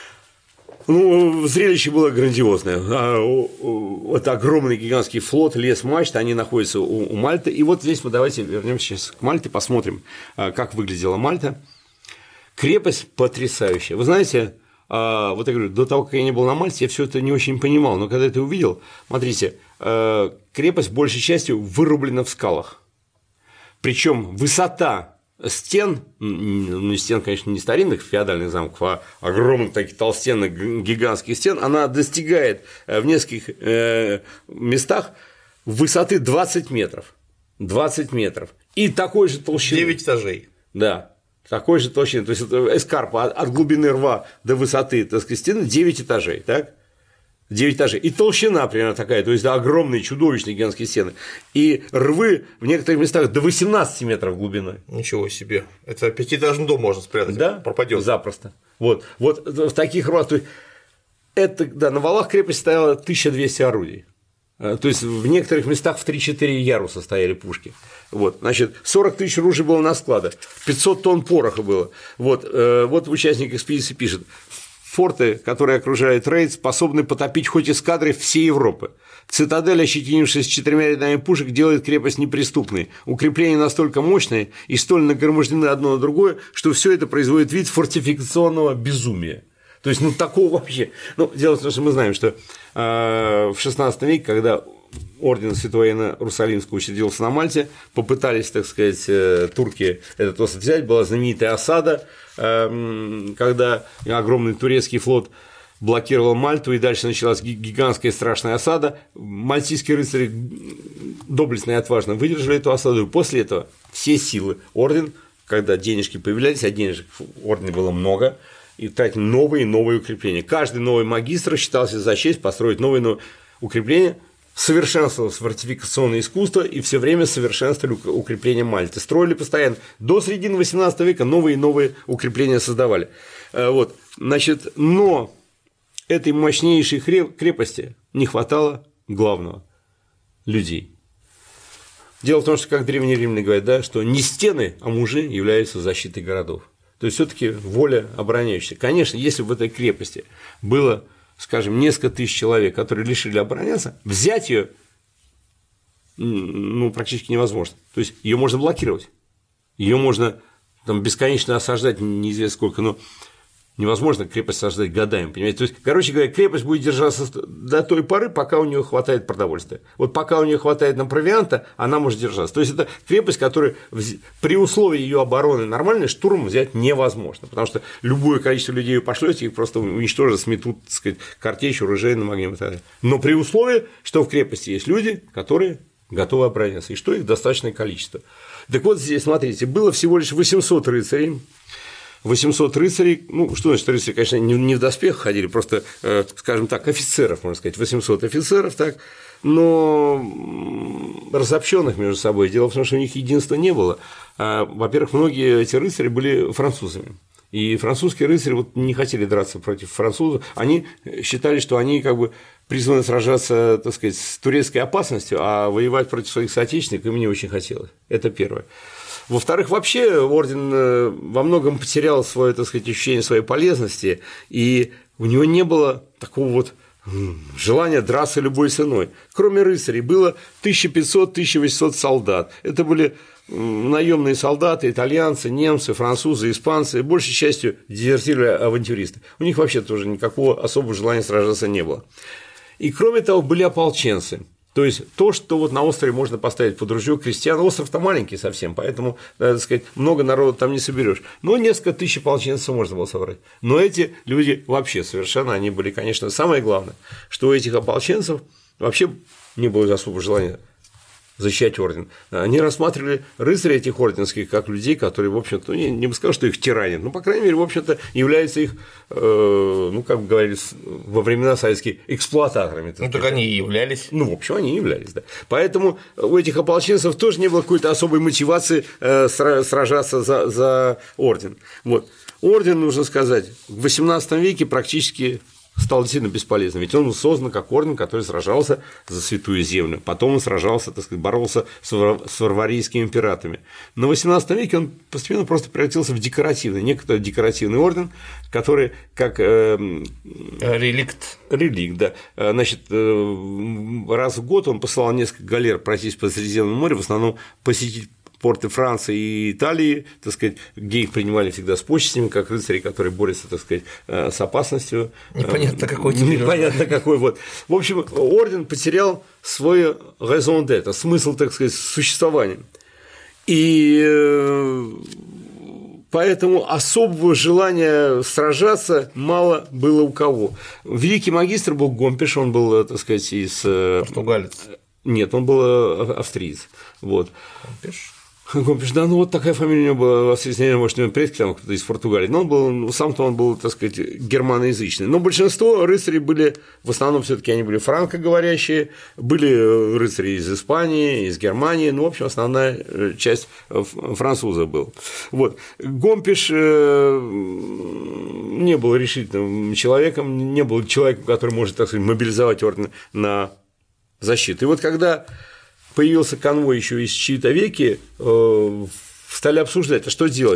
Ну, зрелище было грандиозное. Вот огромный гигантский флот, лес мачт, они находятся у Мальты. И вот здесь мы давайте вернемся сейчас к Мальте, посмотрим, как выглядела Мальта. Крепость потрясающая. Вы знаете, вот я говорю, до того, как я не был на Мальте, я все это не очень понимал, но когда это увидел, смотрите, крепость большей частью вырублена в скалах. Причем высота стен, ну, стен, конечно, не старинных феодальных замков, а огромных таких толстенных гигантских стен, она достигает в нескольких местах высоты 20 метров. 20 метров. И такой же толщины. 9 этажей. Да. Такой же толщины, то есть эскарпа от глубины рва до высоты, так сказать, стены 9 этажей, так? 9 этажей. И толщина примерно такая, то есть огромные, чудовищные гигантские стены. И рвы в некоторых местах до 18 метров глубиной. Ничего себе. Это 5-этажный дом можно спрятать. Да, пропадет. Запросто. Вот в таких рвах. То есть это, да, на валах крепость стояла 1200 орудий. То есть в некоторых местах в 3-4 яруса стояли пушки. Вот, значит, 40 тысяч ружей было на складах, 500 тонн пороха было. Вот участник экспедиции пишет: форты, которые окружают рейд, способны потопить хоть эскадры всей Европы. Цитадель, ощетинившись 4 рядами пушек, делает крепость неприступной. Укрепления настолько мощные и столь нагромождены одно на другое, что все это производит вид фортификационного безумия. То есть, ну, такого вообще. Ну, дело в том, что мы знаем, что в XVI веке, когда орден Святого Иоанна Иерусалимского учредился на Мальте, попытались, так сказать, турки этот остров взять, была знаменитая осада, когда огромный турецкий флот блокировал Мальту, и дальше началась гигантская страшная осада. Мальтийские рыцари доблестно и отважно выдержали эту осаду, и после этого все силы орден, когда денежки появлялись, а денежек в ордене было много, и тратили новые и новые укрепления. Каждый новый магистр считался за честь построить новые укрепления, совершенствовалось фортификационное искусство и все время совершенствовали укрепления Мальты. Строили постоянно. До середины XVIII века новые и новые укрепления создавали. Вот. Значит, но этой мощнейшей крепости не хватало главного – людей. Дело в том, что, как древние римляне говорят, да, что не стены, а мужи являются защитой городов. То есть все-таки воля обороняющаяся. Конечно, если в этой крепости было, скажем, несколько тысяч человек, которые решили обороняться, взять ее практически невозможно. То есть ее можно блокировать, ее можно там бесконечно осаждать, неизвестно сколько, но невозможно крепость осаждать годами, понимаете? То есть, короче говоря, крепость будет держаться до той поры, пока у нее хватает продовольствия. Вот пока у нее хватает на провианта, она может держаться. То есть это крепость, которую при условии ее обороны нормальной штурм взять невозможно, потому что любое количество людей пошлете, их просто уничтожат, сметут, так сказать, картечью, ружейным огнем и так далее. Но при условии, что в крепости есть люди, которые готовы обороняться, и что их достаточное количество. Так вот здесь, смотрите, было всего лишь 800 рыцарей. 800 рыцарей, ну, что значит рыцари, конечно, не в доспехах ходили, просто, скажем так, офицеров, можно сказать, 800 офицеров, так, но разобщенных между собой. Дело в том, что у них единства не было. Во-первых, многие эти рыцари были французами. И французские рыцари вот не хотели драться против французов, они считали, что они как бы призваны сражаться, так сказать, с турецкой опасностью, а воевать против своих соотечественников им не очень хотелось. Это первое. Во-вторых, вообще орден во многом потерял свое, так сказать, ощущение своей полезности, и у него не было такого вот желание драться любой ценой. Кроме рыцарей было 1500-1800 солдат. Это были наемные солдаты, итальянцы, немцы, французы, испанцы, большей частью дезертиры-авантюристы. У них вообще тоже никакого особого желания сражаться не было. И кроме того, были ополченцы. То есть то, что вот на острове можно поставить под ружье крестьян, остров-то маленький совсем, поэтому, так сказать, много народу там не соберешь. Но несколько тысяч ополченцев можно было собрать. Но эти люди вообще совершенно, они были, конечно, самое главное, что у этих ополченцев вообще не было особого желания защищать орден. Они рассматривали рыцарей этих орденских как людей, которые, в общем-то, не бы сказал, что их тиранят, но, по крайней мере, в общем-то, являются их, ну, как говорили во времена советских, эксплуататорами. Ну, так они и являлись. Ну, в общем, они и являлись, да. Поэтому у этих ополченцев тоже не было какой-то особой мотивации сражаться за орден. Вот. Орден, нужно сказать, в XVIII веке практически стал действительно бесполезным, ведь он был создан как орден, который сражался за святую землю, потом он сражался, так сказать, боролся с варварийскими пиратами. Но в XVIII веке он постепенно просто превратился в декоративный, некоторый декоративный орден, который как реликт, да. Значит, раз в год он посылал несколько галер пройтись по Средиземному морю, в основном посетить порты Франции и Италии, так сказать, где их принимали всегда с почестями, как рыцари, которые борются, так сказать, с опасностью. Непонятно какой. Непонятно какой. Вот. В общем, орден потерял свой raison d'être, смысл, так сказать, существования. И поэтому особого желания сражаться мало было у кого. Великий магистр был Гомпиш, он был, так сказать, из… Португалец. Нет, он был австриец. Вот. Гомпиш, да, ну вот такая фамилия у него была, австрийский, может, у него предки там кто-то из Португалии, но он был, сам-то он был, так сказать, германоязычный. Но большинство рыцарей были, в основном все-таки они были франкоговорящие, были рыцари из Испании, из Германии, ну, в общем, основная часть французов был. Вот. Гомпиш не был решительным человеком, не был человеком, который может, так сказать, мобилизовать орден на защиту. И вот когда появился конвой еще из Чиитавеки, стали обсуждать, а что делать,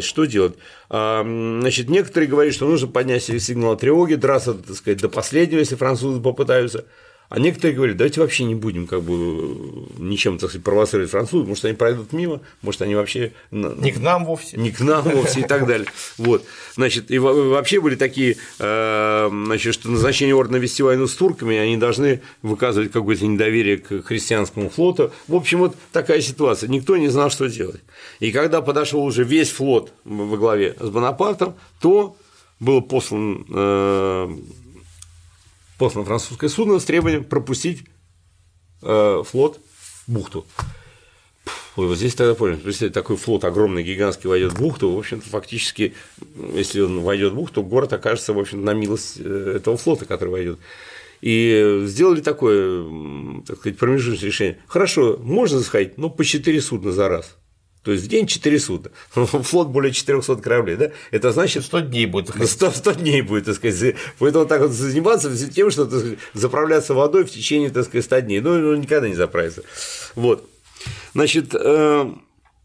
Значит, некоторые говорят, что нужно поднять сигнал тревоги, драться, так сказать, до последнего, если французы попытаются. А некоторые говорят, давайте вообще не будем как бы ничем, так сказать, провоцировать французов, может, они пройдут мимо, может, они вообще… Не к нам вовсе и так далее. Вот. Значит, и вообще были такие, значит, что назначение ордена вести войну с турками, они должны выказывать какое-то недоверие к христианскому флоту. В общем, вот такая ситуация, никто не знал, что делать. И когда подошел уже весь флот во главе с Бонапартом, то было послано французское судно с требованием пропустить флот в бухту. Ой, вот здесь тогда понял, представьте, такой флот огромный, гигантский войдет в бухту, в общем-то, фактически, если он войдет в бухту, город окажется, в общем-то, на милость этого флота, который войдет. И сделали такое, так сказать, промежуточное решение. Хорошо, можно заходить, но по 4 судна за раз. То есть в день 4 судна. Флот более 400 кораблей, да? Это значит… 100 дней будет. 100 дней будет, так сказать. Поэтому так вот заниматься тем, что, так сказать, заправляться водой в течение, так сказать, 100 дней. Ну, он никогда не заправится. Вот. Значит, ну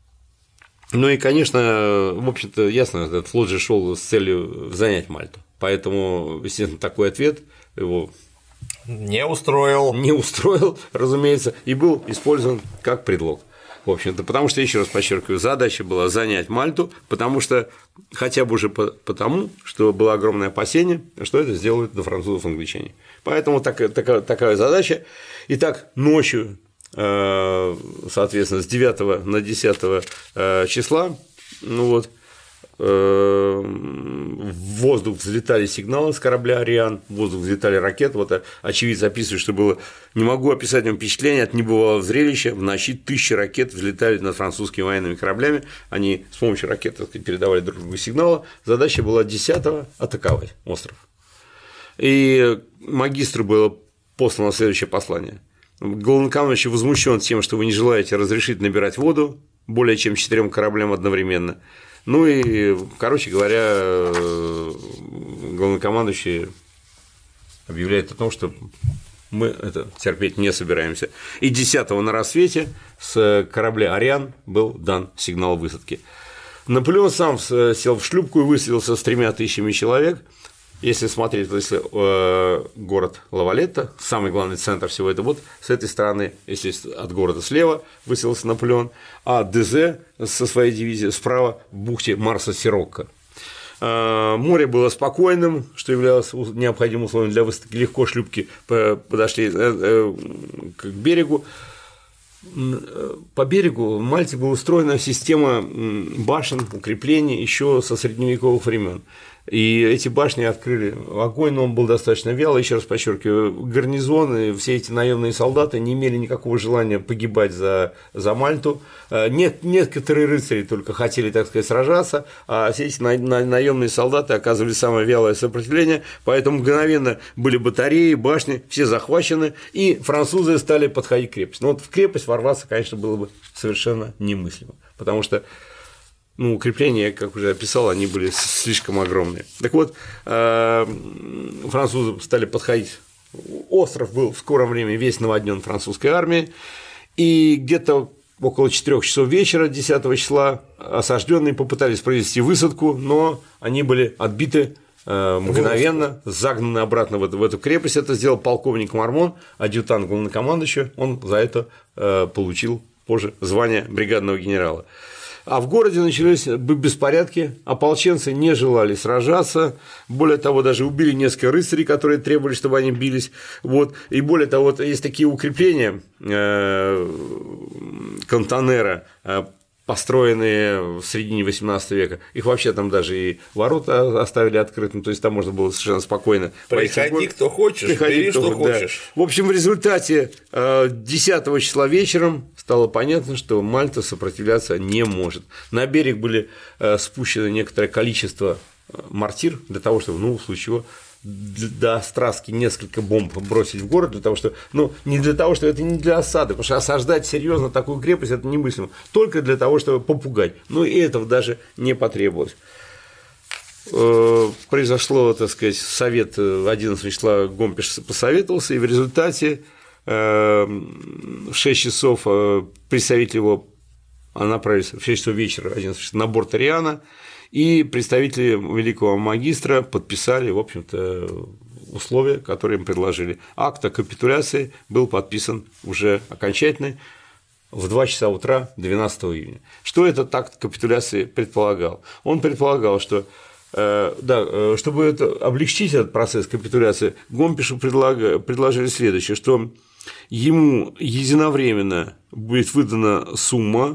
и, конечно, в общем-то, ясно, этот флот же шел с целью занять Мальту. Поэтому, естественно, такой ответ его не устроил, разумеется, и был использован как предлог. В общем-то, потому что, еще раз подчеркиваю, задача была занять Мальту, потому что, хотя бы уже потому, что было огромное опасение, что это сделают до французов англичане. Поэтому такая задача. Итак, ночью, соответственно, с 9 на 10 числа, ну вот, в воздух взлетали сигналы с корабля «Ариан», в воздух взлетали ракеты. Вот очевидцы описывают, что было… Не могу описать вам впечатление от небывалого зрелища. В ночи 1000 ракет взлетали над французскими военными кораблями. Они с помощью ракет, так сказать, передавали друг другу сигналы. Задача была 10-го атаковать остров. И магистру было послано следующее послание. Главнокомандующий возмущен тем, что вы не желаете разрешить набирать воду более чем 4 кораблям одновременно. Ну и, короче говоря, главнокомандующий объявляет о том, что мы это терпеть не собираемся. И 10-го на рассвете с корабля «Ариан» был дан сигнал высадки. Наполеон сам сел в шлюпку и высадился с 3000 человек. если смотреть, если город Лавалетта, самый главный центр всего этого, вот с этой стороны, если от города слева высадился Наполеон, а ДЗ со своей дивизией справа в бухте Марса-Сирокко. Море было спокойным, что являлось необходимым условием для высадки. Легко шлюпки подошли к берегу. По берегу в Мальте была устроена система башен, укреплений еще со средневековых времен. И эти башни открыли огонь, но он был достаточно вялый, еще раз подчеркиваю, гарнизоны, все эти наемные солдаты не имели никакого желания погибать за Мальту. Некоторые рыцари только хотели, так сказать, сражаться, а все эти наемные солдаты оказывали самое вялое сопротивление, поэтому мгновенно были батареи, башни, все захвачены, и французы стали подходить к крепости. Но вот в крепость ворваться, конечно, было бы совершенно немыслимо, потому что укрепления, как уже описал, они были слишком огромные. Так вот, французы стали подходить. Остров был в скором времени весь наводнен французской армией, и где-то около 4 часов вечера 10 числа осажденные попытались провести высадку, но они были отбиты мгновенно, загнаны обратно в эту крепость. Это сделал полковник Мармон, адъютант главнокомандующего, он за это получил позже звание бригадного генерала. А в городе начались беспорядки, ополченцы не желали сражаться, более того, даже убили несколько рыцарей, которые требовали, чтобы они бились, вот. И более того, вот есть такие укрепления Кантонера, построенные в середине XVIII века, их вообще там даже и ворота оставили открытыми, то есть там можно было совершенно спокойно приходи, кто хочешь, бери, что хочешь. В общем, в результате 10 числа вечером стало понятно, что Мальта сопротивляться не может. На берег были спущено некоторое количество мортир для того, чтобы, в случае чего, до Остраски несколько бомб бросить в город, для того, что, не для того, что это не для осады, потому что осаждать серьезно такую крепость это немыслимо, только для того, чтобы попугать. И этого даже не потребовалось. Произошло, так сказать, совет 11 числа Гомпиш посоветовался, и в результате в 6 часов представители его направились в 6 часов вечера 11 числа на борт Ариана, и представители великого магистра подписали, в общем-то, условия, которые им предложили. Акт о капитуляции был подписан уже окончательно в 2 часа утра 12 июня. Что этот акт капитуляции предполагал? Он предполагал, что чтобы облегчить этот процесс капитуляции, Гомпишу предложили следующее, что ему единовременно будет выдана сумма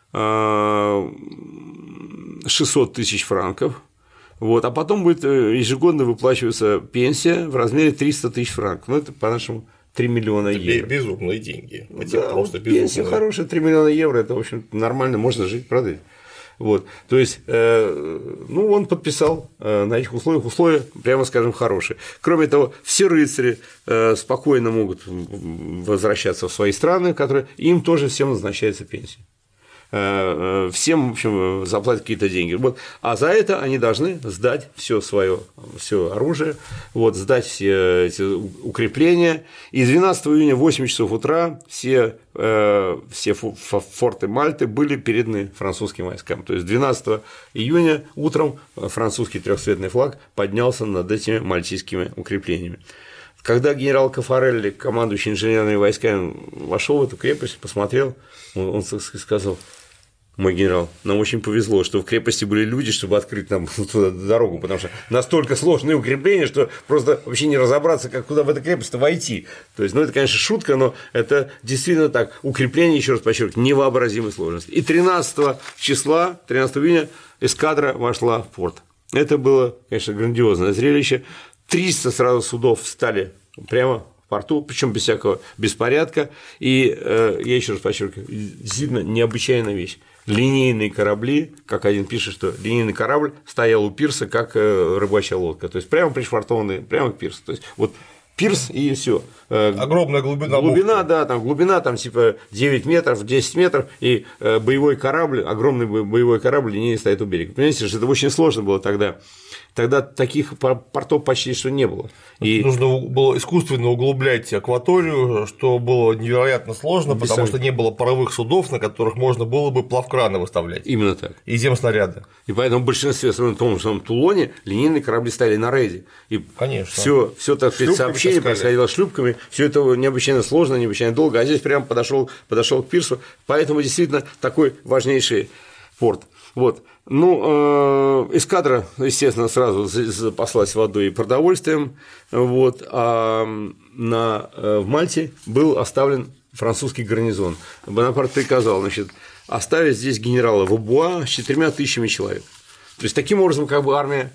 600 тысяч франков, а потом будет ежегодно выплачиваться пенсия в размере 300 тысяч франков. Это по-нашему 3 миллиона евро. Безумные деньги. Просто пенсия хорошая, 3 миллиона евро, это, в общем, нормально, можно жить, правда? То есть, он подписал на этих условиях, условия, прямо скажем, хорошие. Кроме того, все рыцари спокойно могут возвращаться в свои страны, им тоже всем назначается пенсия. Всем, в общем, заплатят какие-то деньги. А за это они должны сдать все оружие, сдать все эти укрепления. И 12 июня в 8 часов утра все форты Мальты были переданы французским войскам. То есть 12 июня утром французский трехцветный флаг поднялся над этими мальтийскими укреплениями. Когда генерал Кафарелли, командующий инженерными войсками, вошел в эту крепость, посмотрел, он сказал: мой генерал, нам очень повезло, что в крепости были люди, чтобы открыть нам туда дорогу, потому что настолько сложные укрепления, что просто вообще не разобраться, как куда в эту крепость войти. То есть, это, конечно, шутка, но это действительно так. Укрепление, еще раз подчеркиваю, невообразимой сложности. И 13 июня эскадра вошла в порт. Это было, конечно, грандиозное зрелище. 300 сразу судов встали прямо в порту, причем без всякого беспорядка. И я еще раз подчеркиваю, действительно необычайная вещь. Линейные корабли, как один пишет, что линейный корабль стоял у пирса, как рыбачья лодка, то есть прямо пришвартованный, прямо к пирсу. То есть пирс и все. Огромная глубина. Глубина типа 9 метров, 10 метров, и боевой корабль, огромный боевой корабль линейный стоит у берега. Понимаете, что это очень сложно было тогда Тогда таких портов почти что не было. И нужно было искусственно углублять акваторию, что было невероятно сложно, потому что не было паровых судов, на которых можно было бы плавкраны выставлять. Именно так. И земснаряды. И поэтому в большинстве, особенно в том же самом Тулоне, линейные корабли стояли на рейде. И конечно. Все так сказать, сообщение происходило шлюпками, все это необычайно сложно, необычайно долго, а здесь прямо подошел к пирсу, поэтому действительно такой важнейший порт. Вот. Ну, эскадра, естественно, сразу запаслась водой и продовольствием, вот, а в Мальте был оставлен французский гарнизон. Бонапарт приказал, значит, оставить здесь генерала Вабуа с 4000 человек. То есть, таким образом, как бы армия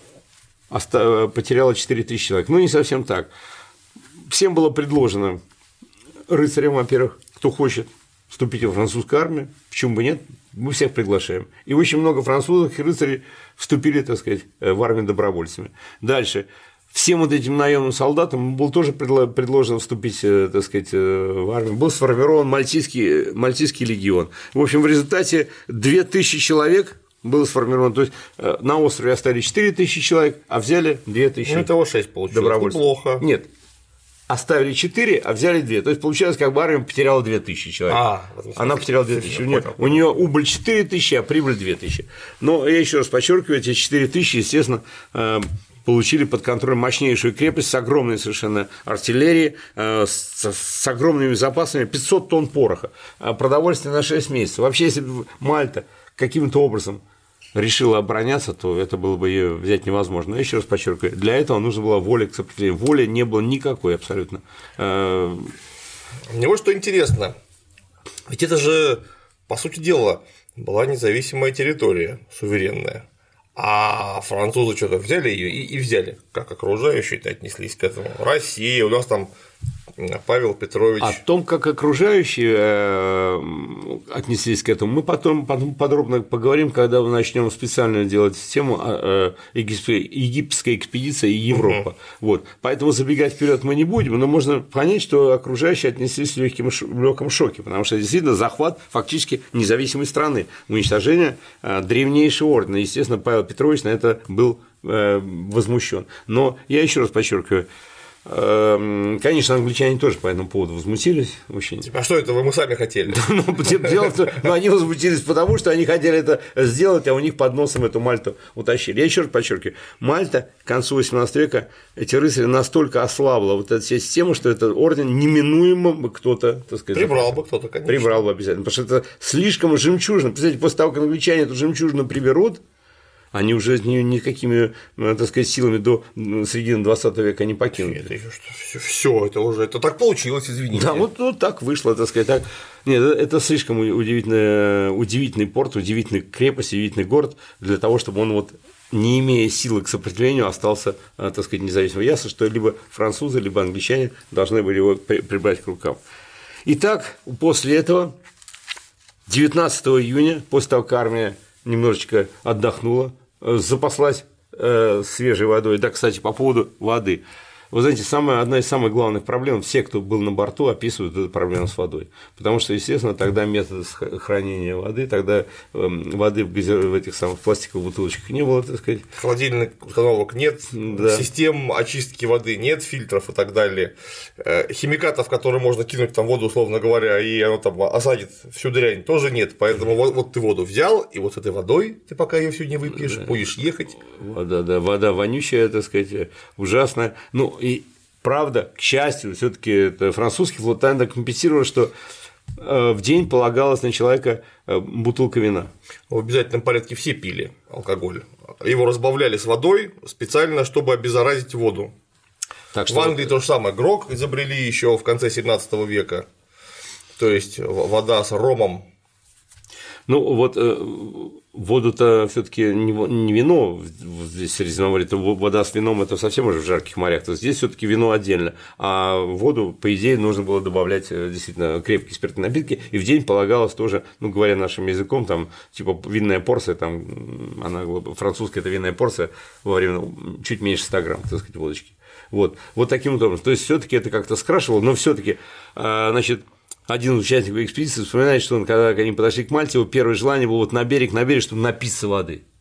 потеряла 4000 человек. Ну, не совсем так. Всем было предложено рыцарям, во-первых, кто хочет вступить во французскую армию, почему бы нет, мы всех приглашаем. И очень много французов и рыцарей вступили, так сказать, в армию добровольцами. Дальше. Всем вот этим наемным солдатам было тоже предложено вступить, так сказать, в армию. Был сформирован Мальтийский легион. В общем, в результате 2000 человек было сформировано. То есть на острове остались 4000 человек, а взяли 2000. Ну, того 6 получилось. Добровольцев. Неплохо. Нет. Оставили 4, а взяли 2. То есть получалось, как бы армия потеряла 2000 человек. Она потеряла 2000. У нее убыль 4000, а прибыль 2000. Но я еще раз подчеркиваю, эти 4000, естественно, получили под контроль мощнейшую крепость с огромной совершенно артиллерией, с огромными запасами, 500 тонн пороха, продовольствие на 6 месяцев. Вообще, если бы Мальта каким-то образом решила обороняться, то это было бы ее взять невозможно. Но еще раз подчеркиваю, для этого нужна была воля к сопротивлению. Воли не было никакой абсолютно. Мне вот что интересно. Ведь это же, по сути дела, была независимая территория, суверенная. А французы что-то взяли ее и взяли. Как окружающие-то отнеслись к этому? Россия, у нас там Павел Петрович. О том, как окружающие отнеслись к этому, мы потом подробно поговорим, когда мы начнем специально делать тему египетская экспедиция и Европа. Вот. Поэтому забегать вперед мы не будем, но можно понять, что окружающие отнеслись в легком шоке, потому что действительно захват фактически независимой страны, уничтожение древнейшего ордена. Естественно, Павел Петрович на это был возмущен. Но я еще раз подчеркиваю. Конечно, англичане тоже по этому поводу возмутились очень. А что это мы сами хотели? Дело в том, что они возмутились потому, что они хотели это сделать, а у них под носом эту Мальту утащили. Я еще раз подчеркиваю, Мальта к концу 18 века эти рыцари настолько ослабла вот эта вся система, что этот орден неминуемо бы кто-то, так сказать, прибрал бы кто-то, конечно. Прибрал бы обязательно, потому что это слишком жемчужно. Представляете, после того, как англичане эту жемчужину приберут, они уже никакими, так сказать, силами до середины 20 века не покинули. Это еще что? Все, это так получилось, извините. Да, вот так вышло, так сказать. Так. Нет, это слишком удивительный порт, удивительная крепость, удивительный город для того, чтобы он вот, не имея силы к сопротивлению, остался, так сказать, независимым. Ясно, что либо французы, либо англичане должны были его прибрать к рукам. Итак, после этого, 19 июня, после того, как армия немножечко отдохнула, запаслась свежей водой. Да, кстати, по поводу воды. Вы знаете, одна из самых главных проблем, все, кто был на борту, описывают эту проблему с водой. Потому что, естественно, тогда методы хранения воды, тогда воды в этих самых пластиковых бутылочках не было, так сказать. Холодильных установок нет, да. Систем очистки воды нет, фильтров и так далее. Химикатов, которые можно кинуть там в воду, условно говоря, и оно там осадит всю дрянь, тоже нет. Поэтому вот ты воду взял, и вот с этой водой ты пока ее всю не выпьешь, будешь ехать. Вода вонючая, так сказать, ужасная. Ну, и правда, к счастью, все-таки французский флот тайно компенсировал, что в день полагалось на человека бутылка вина. В обязательном порядке все пили алкоголь. Его разбавляли с водой специально, чтобы обеззаразить воду. Так что в Англии то же самое. Грог изобрели еще в конце 17 века. То есть вода с ромом. Ну, вот воду-то все-таки не вино здесь в Средиземноморье, это вода с вином, это совсем уже в жарких морях, то здесь все-таки вино отдельно, а воду, по идее, нужно было добавлять действительно крепкие спиртные напитки, и в день полагалось тоже, ну, говоря нашим языком, там, типа винная порция, там, она французская, это винная порция во время чуть меньше 100 грамм, так сказать, водочки. Вот таким образом. То есть все-таки это как-то скрашивало, но все-таки, значит, один из участников экспедиции вспоминает, что когда они подошли к Мальте, его первое желание было вот на берег, чтобы напиться воды.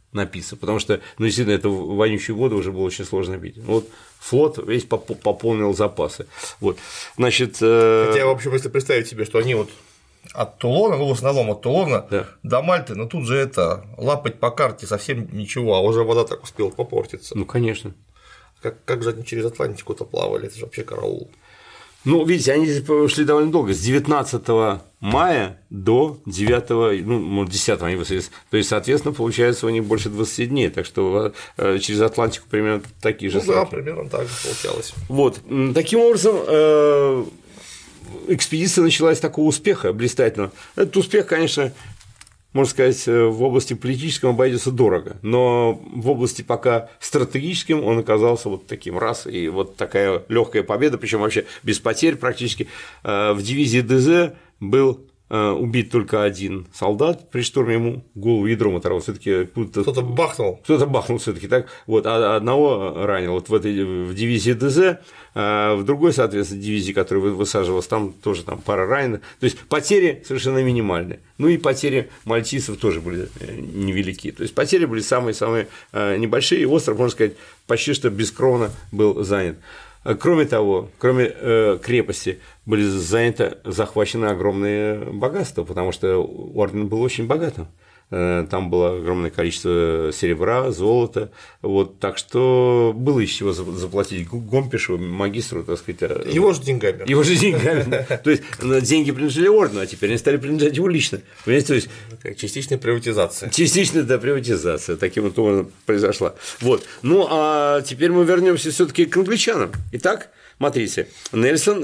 напиться, потому что, ну, действительно, эту вонючую воду уже было очень сложно пить. Вот флот весь пополнил запасы. Вот. Значит, хотя, в общем, если представить себе, что они вот от Тулона, ну, в основном от Тулона до Мальты, но тут же это лапать по карте совсем ничего, а уже вода так успела попортиться. Ну, конечно. Как же они через Атлантику-то плавали, это же вообще караул. Ну, видите, они шли довольно долго, с 19 мая до 9, ну, 10 они высадились. То есть, соответственно, получается у них больше 20 дней, так что через Атлантику примерно такие же сроки. Да, примерно так же получалось. Вот. Таким образом, экспедиция началась с такого успеха блистательного. Этот успех, конечно, можно сказать, в области политическом обойдется дорого, но в области пока стратегическим он оказался вот таким раз, и вот такая легкая победа, причем вообще без потерь практически. В дивизии ДЗ был убит только один солдат при штурме, ему голову ядром оторвал, все-таки кто-то бахнул. Кто-то бахнул все-таки так, вот, а одного ранил вот в дивизии ДЗ, в другой, соответственно, дивизии, которая высаживалась, там тоже там пара раненых, то есть потери совершенно минимальные, ну и потери мальтийцев тоже были невелики, то есть потери были самые-самые небольшие, и остров, можно сказать, почти что бескровно был занят. Кроме того, кроме крепости, были захвачены огромные богатства, потому что орден был очень богатым. Там было огромное количество серебра, золота, вот, так что было из чего заплатить Гомпишу, магистру, так сказать. Его же деньгами. Его же деньгами. То есть деньги принадлежали ордену, а теперь они стали принадлежать ему лично. Понимаете, то есть частичная приватизация. Частичная, да, приватизация таким вот образом произошла. Вот. Ну а теперь мы вернемся все-таки к англичанам. Итак, смотрите, Нельсон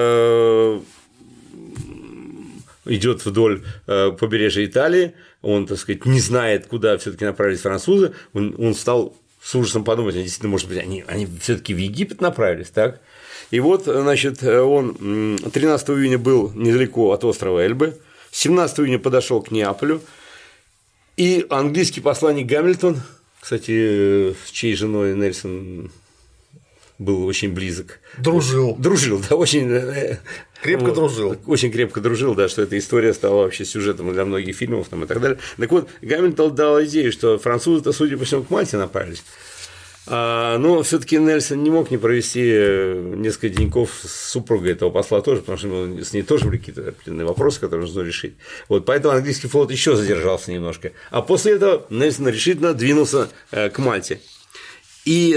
идет вдоль побережья Италии, он, так сказать, не знает, куда все-таки направились французы, он стал с ужасом подумать, действительно, может быть, они все-таки в Египет направились, так? И вот, значит, он 13 июня был недалеко от острова Эльбы, 17 июня подошел к Неаполю, и английский посланник Гамильтон, кстати, с чьей женой Нельсон был очень близок. Дружил, да, очень крепко дружил. Очень крепко дружил, да, что эта история стала вообще сюжетом для многих фильмов там, и так далее. Так вот, Гамильтон дал идею, что французы-то, судя по всему, к Мальте направились. Но все-таки Нельсон не мог не провести несколько деньков с супругой этого посла тоже, потому что с ней тоже были какие-то определенные вопросы, которые нужно решить. Вот, поэтому английский флот еще задержался немножко. А после этого Нельсон решительно двинулся к Мальте. И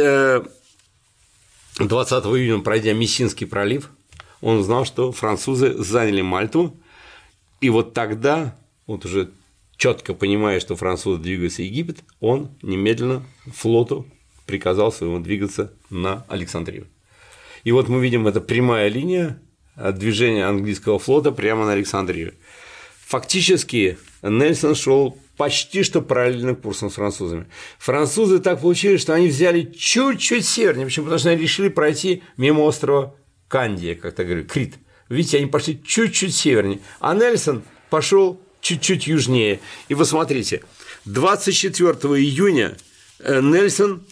20 июня, пройдя Мессинский пролив, он узнал, что французы заняли Мальту, и вот тогда, вот уже четко понимая, что французы двигаются в Египет, он немедленно флоту приказал своему двигаться на Александрию. И вот мы видим, это прямая линия от движения английского флота прямо на Александрию. Фактически Нельсон шел почти что параллельным курсом с французами. Французы так получилось, что они взяли чуть-чуть севернее, почему? Потому что они решили пройти мимо острова Кандия, как так говорю, Крит. Видите, они пошли чуть-чуть севернее, а Нельсон пошел чуть-чуть южнее. И вы смотрите, 24 июня Нельсон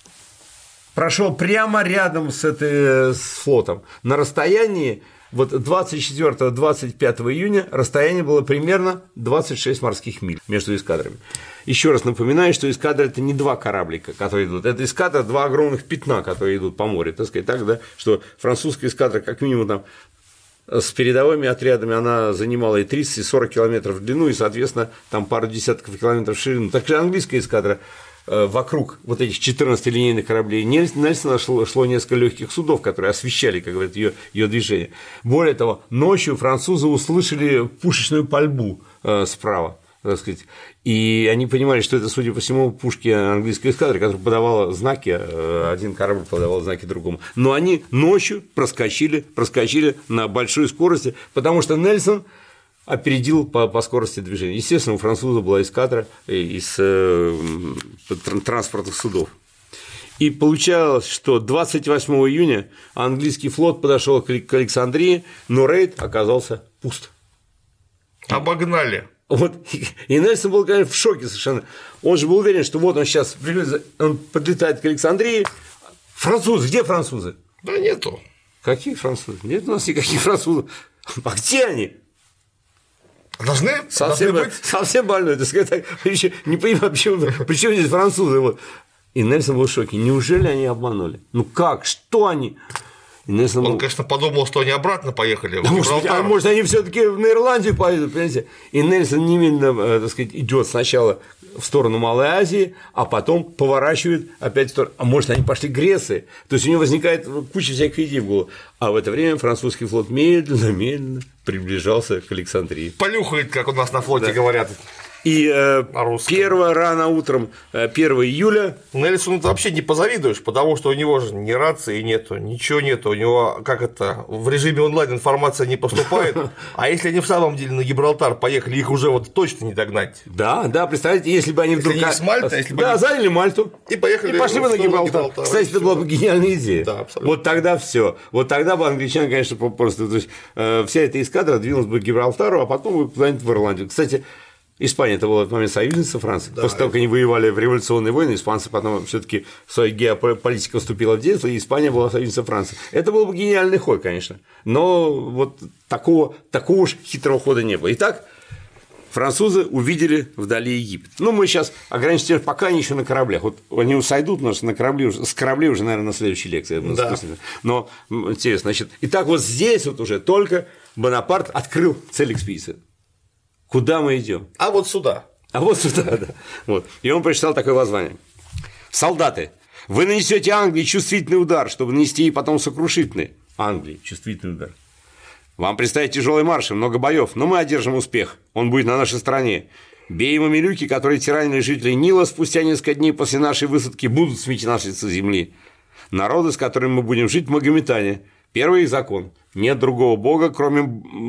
прошел прямо рядом с флотом. На расстоянии вот 24-25 июня расстояние было примерно 26 морских миль между эскадрами. Еще раз напоминаю, что эскадра – это не два кораблика, которые идут, это эскадра, два огромных пятна, которые идут по морю, так сказать, так, да, что французская эскадра как минимум там с передовыми отрядами она занимала и 30, и 40 километров в длину, и, соответственно, там пару десятков километров в ширину. Так же английская эскадра вокруг вот этих 14 линейных кораблей Нельсона шло несколько легких судов, которые освещали, как говорят, ее движение. Более того, ночью французы услышали пушечную пальбу справа, так сказать, и они понимали, что это, судя по всему, пушки английской эскадры, которая подавала знаки, один корабль подавал знаки другому. Но они ночью проскочили на большой скорости, потому что Нельсон опередил по скорости движения. Естественно, у французов была эскадра из транспортных судов. И получалось, что 28 июня английский флот подошел к Александрии, но рейд оказался пуст. Обогнали. Вот. И Нельсон был, конечно, в шоке совершенно. Он же был уверен, что вот он сейчас он подлетает к Александрии. Французы, где французы? Да нету. Какие французы? Нет у нас никаких французов. А где они? Должны быть. Совсем больной. Так сказать, не понимаю, почему здесь французы. Вот. И Нельсон был в шоке. Неужели они обманули? Ну как? Что они? Он, конечно, подумал, что они обратно поехали. Может, они все-таки на Ирландию поедут, понимаете? И Нельсон немедленно, так сказать, идет сначала в сторону Малой Азии, а потом поворачивает опять в сторону. А может, они пошли к Греции? То есть у него возникает куча всяких идей в голову. А в это время французский флот медленно приближался к Александрии. Полюхает, как у нас на флоте говорят. И рано утром 1 июля. Нельсону ты вообще не позавидуешь, потому что у него же ни рации нету, ничего нету, у него в режиме онлайн информация не поступает, а если они в самом деле на Гибралтар поехали, их уже вот точно не догнать. Да, представляете, если бы они вдруг… с Мальты, заняли Мальту и поехали, и пошли бы на Гибралтар. Кстати, это была бы гениальная идея. Да, абсолютно. Вот тогда все. Вот тогда бы англичане, конечно, просто… То есть, вся эта эскадра двинулась бы к Гибралтару, а потом бы куда-нибудь в Ирландию. Кстати, Испания это была в этот момент союзница Франции. Да, после того, как они воевали в революционные войны, испанцы потом все-таки своя геополитика вступила в действие, и Испания была союзницей Франции. Это был бы гениальный ход, конечно. Но вот такого уж хитрого хода не было. Итак, французы увидели вдали Египет. Ну, мы сейчас ограничимся, пока они еще на кораблях. Вот они сойдут, но с кораблей уже, наверное, на следующей лекции. Да. Но интересно, значит, итак, вот здесь вот уже только Бонапарт открыл цель экспедиции. Куда мы идем? А вот сюда. Да. Вот. И он прочитал такое воззвание. Солдаты, вы нанесете Англии чувствительный удар, чтобы нанести ей потом сокрушительный. Англии чувствительный удар. Вам предстоит тяжелый марш и много боев, но мы одержим успех. Он будет на нашей стороне. Бей мамилюки, которые тиранили жителей Нила, спустя несколько дней после нашей высадки будут сметены с лица земли. Народы, с которыми мы будем жить, магометане. Первый их закон. Нет другого бога, кроме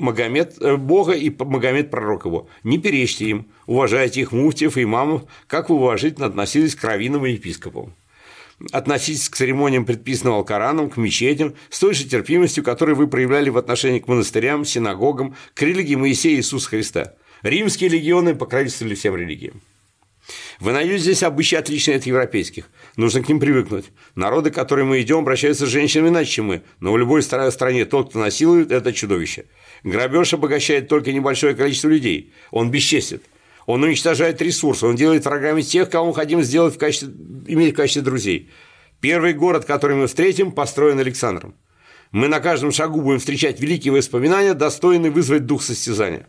Бога и Магомед пророк его. Не перечьте им, уважайте их муфтиев и имамов, как вы уважительно относились к раввинам и епископам. Относитесь к церемониям, предписанным Алкораном, к мечетям, с той же терпимостью, которую вы проявляли в отношении к монастырям, синагогам, к религии Моисея и Иисуса Христа. Римские легионы покровительствовали всем религиям. Вы найдете здесь обычаи, отличные от европейских. Нужно к ним привыкнуть. Народы, к которым мы идем, обращаются с женщинами иначе, чем мы. Но в любой стране тот, кто насилует, это чудовище. Грабеж обогащает только небольшое количество людей. Он бесчестен. Он уничтожает ресурсы. Он делает врагами тех, кого мы хотим иметь в качестве друзей. Первый город, который мы встретим, построен Александром. Мы на каждом шагу будем встречать великие воспоминания, достойные вызвать дух состязания.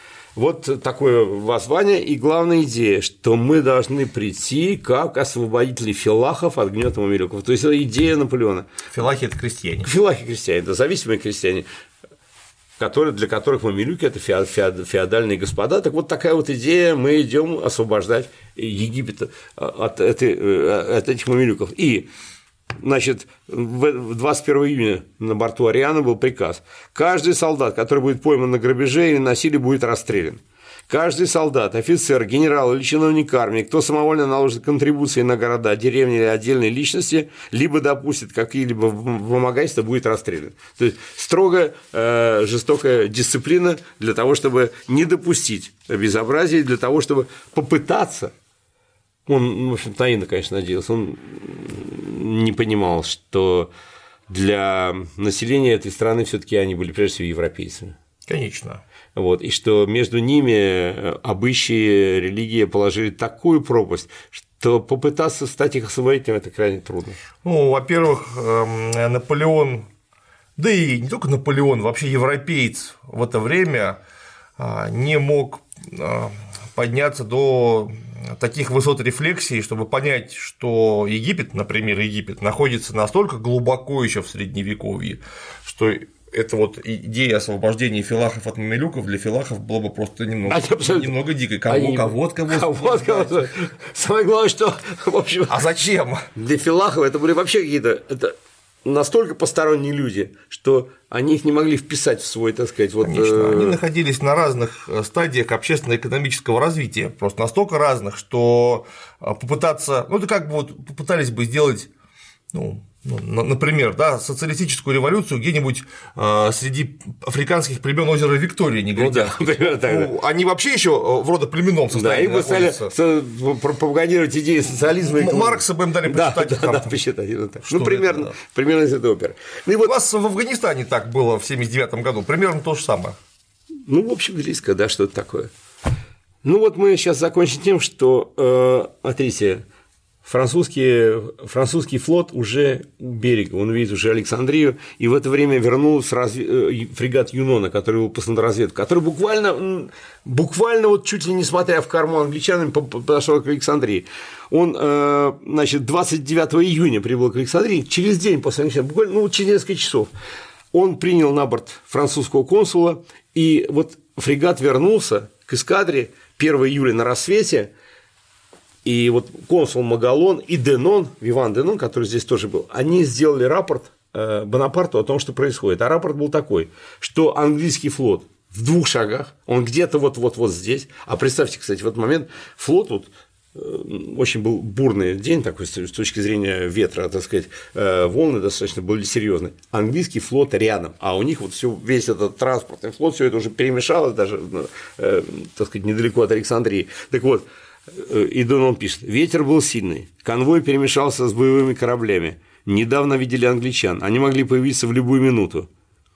Вот такое воззвание, и главная идея, что мы должны прийти как освободители филлахов от гнета мамилюков. То есть это идея Наполеона. Филлахи – это крестьяне. Филлахи – крестьяне, это зависимые крестьяне, для которых мамилюки – это феодальные господа. Так вот такая вот идея, мы идем освобождать Египет от этих мамилюков. И значит, 21 июня на борту Ариана был приказ: каждый солдат, который будет пойман на грабеже или насилии, будет расстрелян. Каждый солдат, офицер, генерал или чиновник армии, кто самовольно наложит контрибуции на города, деревни или отдельные личности, либо допустит какие-либо вымогательства, будет расстрелян. То есть строгая, жестокая дисциплина для того, чтобы не допустить безобразия, для того, чтобы попытаться. Он, в общем, наивно, конечно, надеялся. Он не понимал, что для населения этой страны все-таки они были прежде всего европейцами. Конечно. Вот, и что между ними обычаи, религия положили такую пропасть, что попытаться стать их освободителем – это крайне трудно. Ну, во-первых, Наполеон, да и не только Наполеон, вообще европеец в это время не мог подняться до таких высот рефлексии, чтобы понять, что Египет, например, находится настолько глубоко еще в Средневековье, что это вот идея освобождения филлахов от мамилюков для филлахов было бы просто немного дикой. Кого. Самое главное, что, в общем… А зачем? Для филлахов это были вообще какие-то… настолько посторонние люди, что они их не могли вписать в свой, так сказать, вот… Конечно, они находились на разных стадиях общественно-экономического развития, просто настолько разных, что попытаться, это как бы вот попытались бы сделать, например, да, социалистическую революцию где-нибудь среди африканских племен озера Виктория, не говоря. Они вообще еще в родоплеменном состоянии находятся. Стали пропагандировать идеи социализма. Маркса бы им дали почитать. Да, посчитать. Примерно из этой оперы. У нас в Афганистане так было в 1979 году, примерно то же самое. Ну, в общем, близко, да, что-то такое. Ну, вот мы сейчас закончим тем, что, смотрите, французский флот уже у берега, он видит уже Александрию, и в это время вернулся фрегат Юнона, который был послан на разведку, который буквально вот чуть ли не смотря в корму англичанам подошел к Александрии. Он, значит, 29 июня прибыл к Александрии, через день после Александрии, буквально, через несколько часов. Он принял на борт французского консула, и вот фрегат вернулся к эскадре 1 июля на рассвете. И вот консул Магалон и Денон, Виван Денон, который здесь тоже был, они сделали рапорт Бонапарту о том, что происходит. А рапорт был такой, что английский флот в 2 шагах, он где-то вот здесь. А представьте, кстати, в этот момент флот вот, очень был бурный день такой с точки зрения ветра, так сказать, волны достаточно были серьезные. Английский флот рядом, а у них вот весь этот транспортный флот, все это уже перемешалось даже, так сказать, недалеко от Александрии. Так вот. И Денон пишет: ветер был сильный, конвой перемешался с боевыми кораблями. Недавно видели англичан, они могли появиться в любую минуту.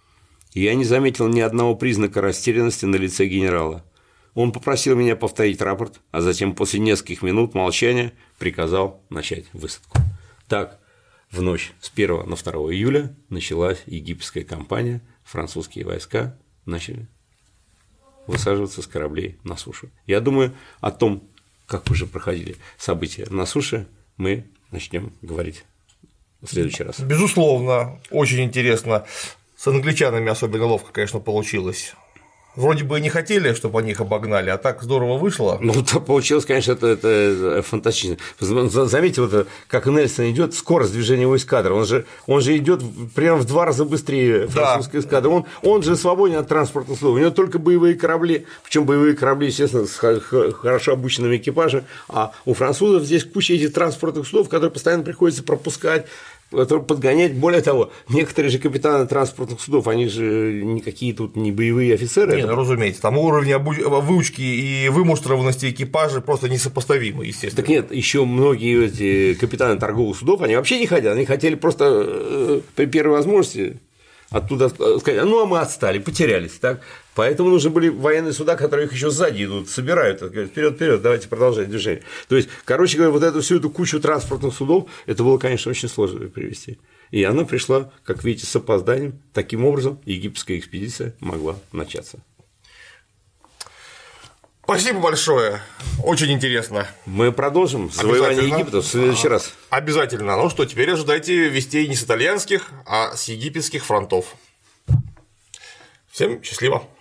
И я не заметил ни одного признака растерянности на лице генерала. Он попросил меня повторить рапорт, а затем после нескольких минут молчания приказал начать высадку. Так, в ночь с 1 на 2 июля началась египетская кампания, французские войска начали высаживаться с кораблей на сушу. Я думаю, о том, как уже проходили события на суше, мы начнем говорить в следующий раз. Безусловно, очень интересно. С англичанами особенно ловко, конечно, получилось. Вроде бы и не хотели, чтобы они их обогнали, а так здорово вышло. Ну, так получилось, конечно, это фантастично. Заметьте, вот, как Нельсон идет, скорость движения его эскадры. Он же идет прямо в 2 раза быстрее французской эскадры. Он же свободен от транспортных судов. У него только боевые корабли, причем боевые корабли, естественно, с хорошо обученными экипажами. А у французов здесь куча этих транспортных судов, которые постоянно приходится пропускать, которые подгонять. Более того, некоторые же капитаны транспортных судов, они же никакие тут не боевые офицеры. Не, ну, разумеется, там уровень выучки и вымуштрованности экипажа просто несопоставимы, естественно. Так нет, еще многие эти капитаны торговых судов, они вообще не хотят, они хотели просто при первой возможности оттуда сказать: ну, а мы отстали, потерялись, так? Поэтому нужны были военные суда, которые их еще сзади идут, собирают, вперед, давайте продолжать движение. То есть, короче говоря, вот всю эту кучу транспортных судов, это было, конечно, очень сложно привести. И она пришла, как видите, с опозданием. Таким образом, египетская экспедиция могла начаться. Спасибо большое, очень интересно. Мы продолжим завоевание Египта в следующий раз. Обязательно. Ну что, теперь ожидайте вестей не с итальянских, а с египетских фронтов. Всем счастливо.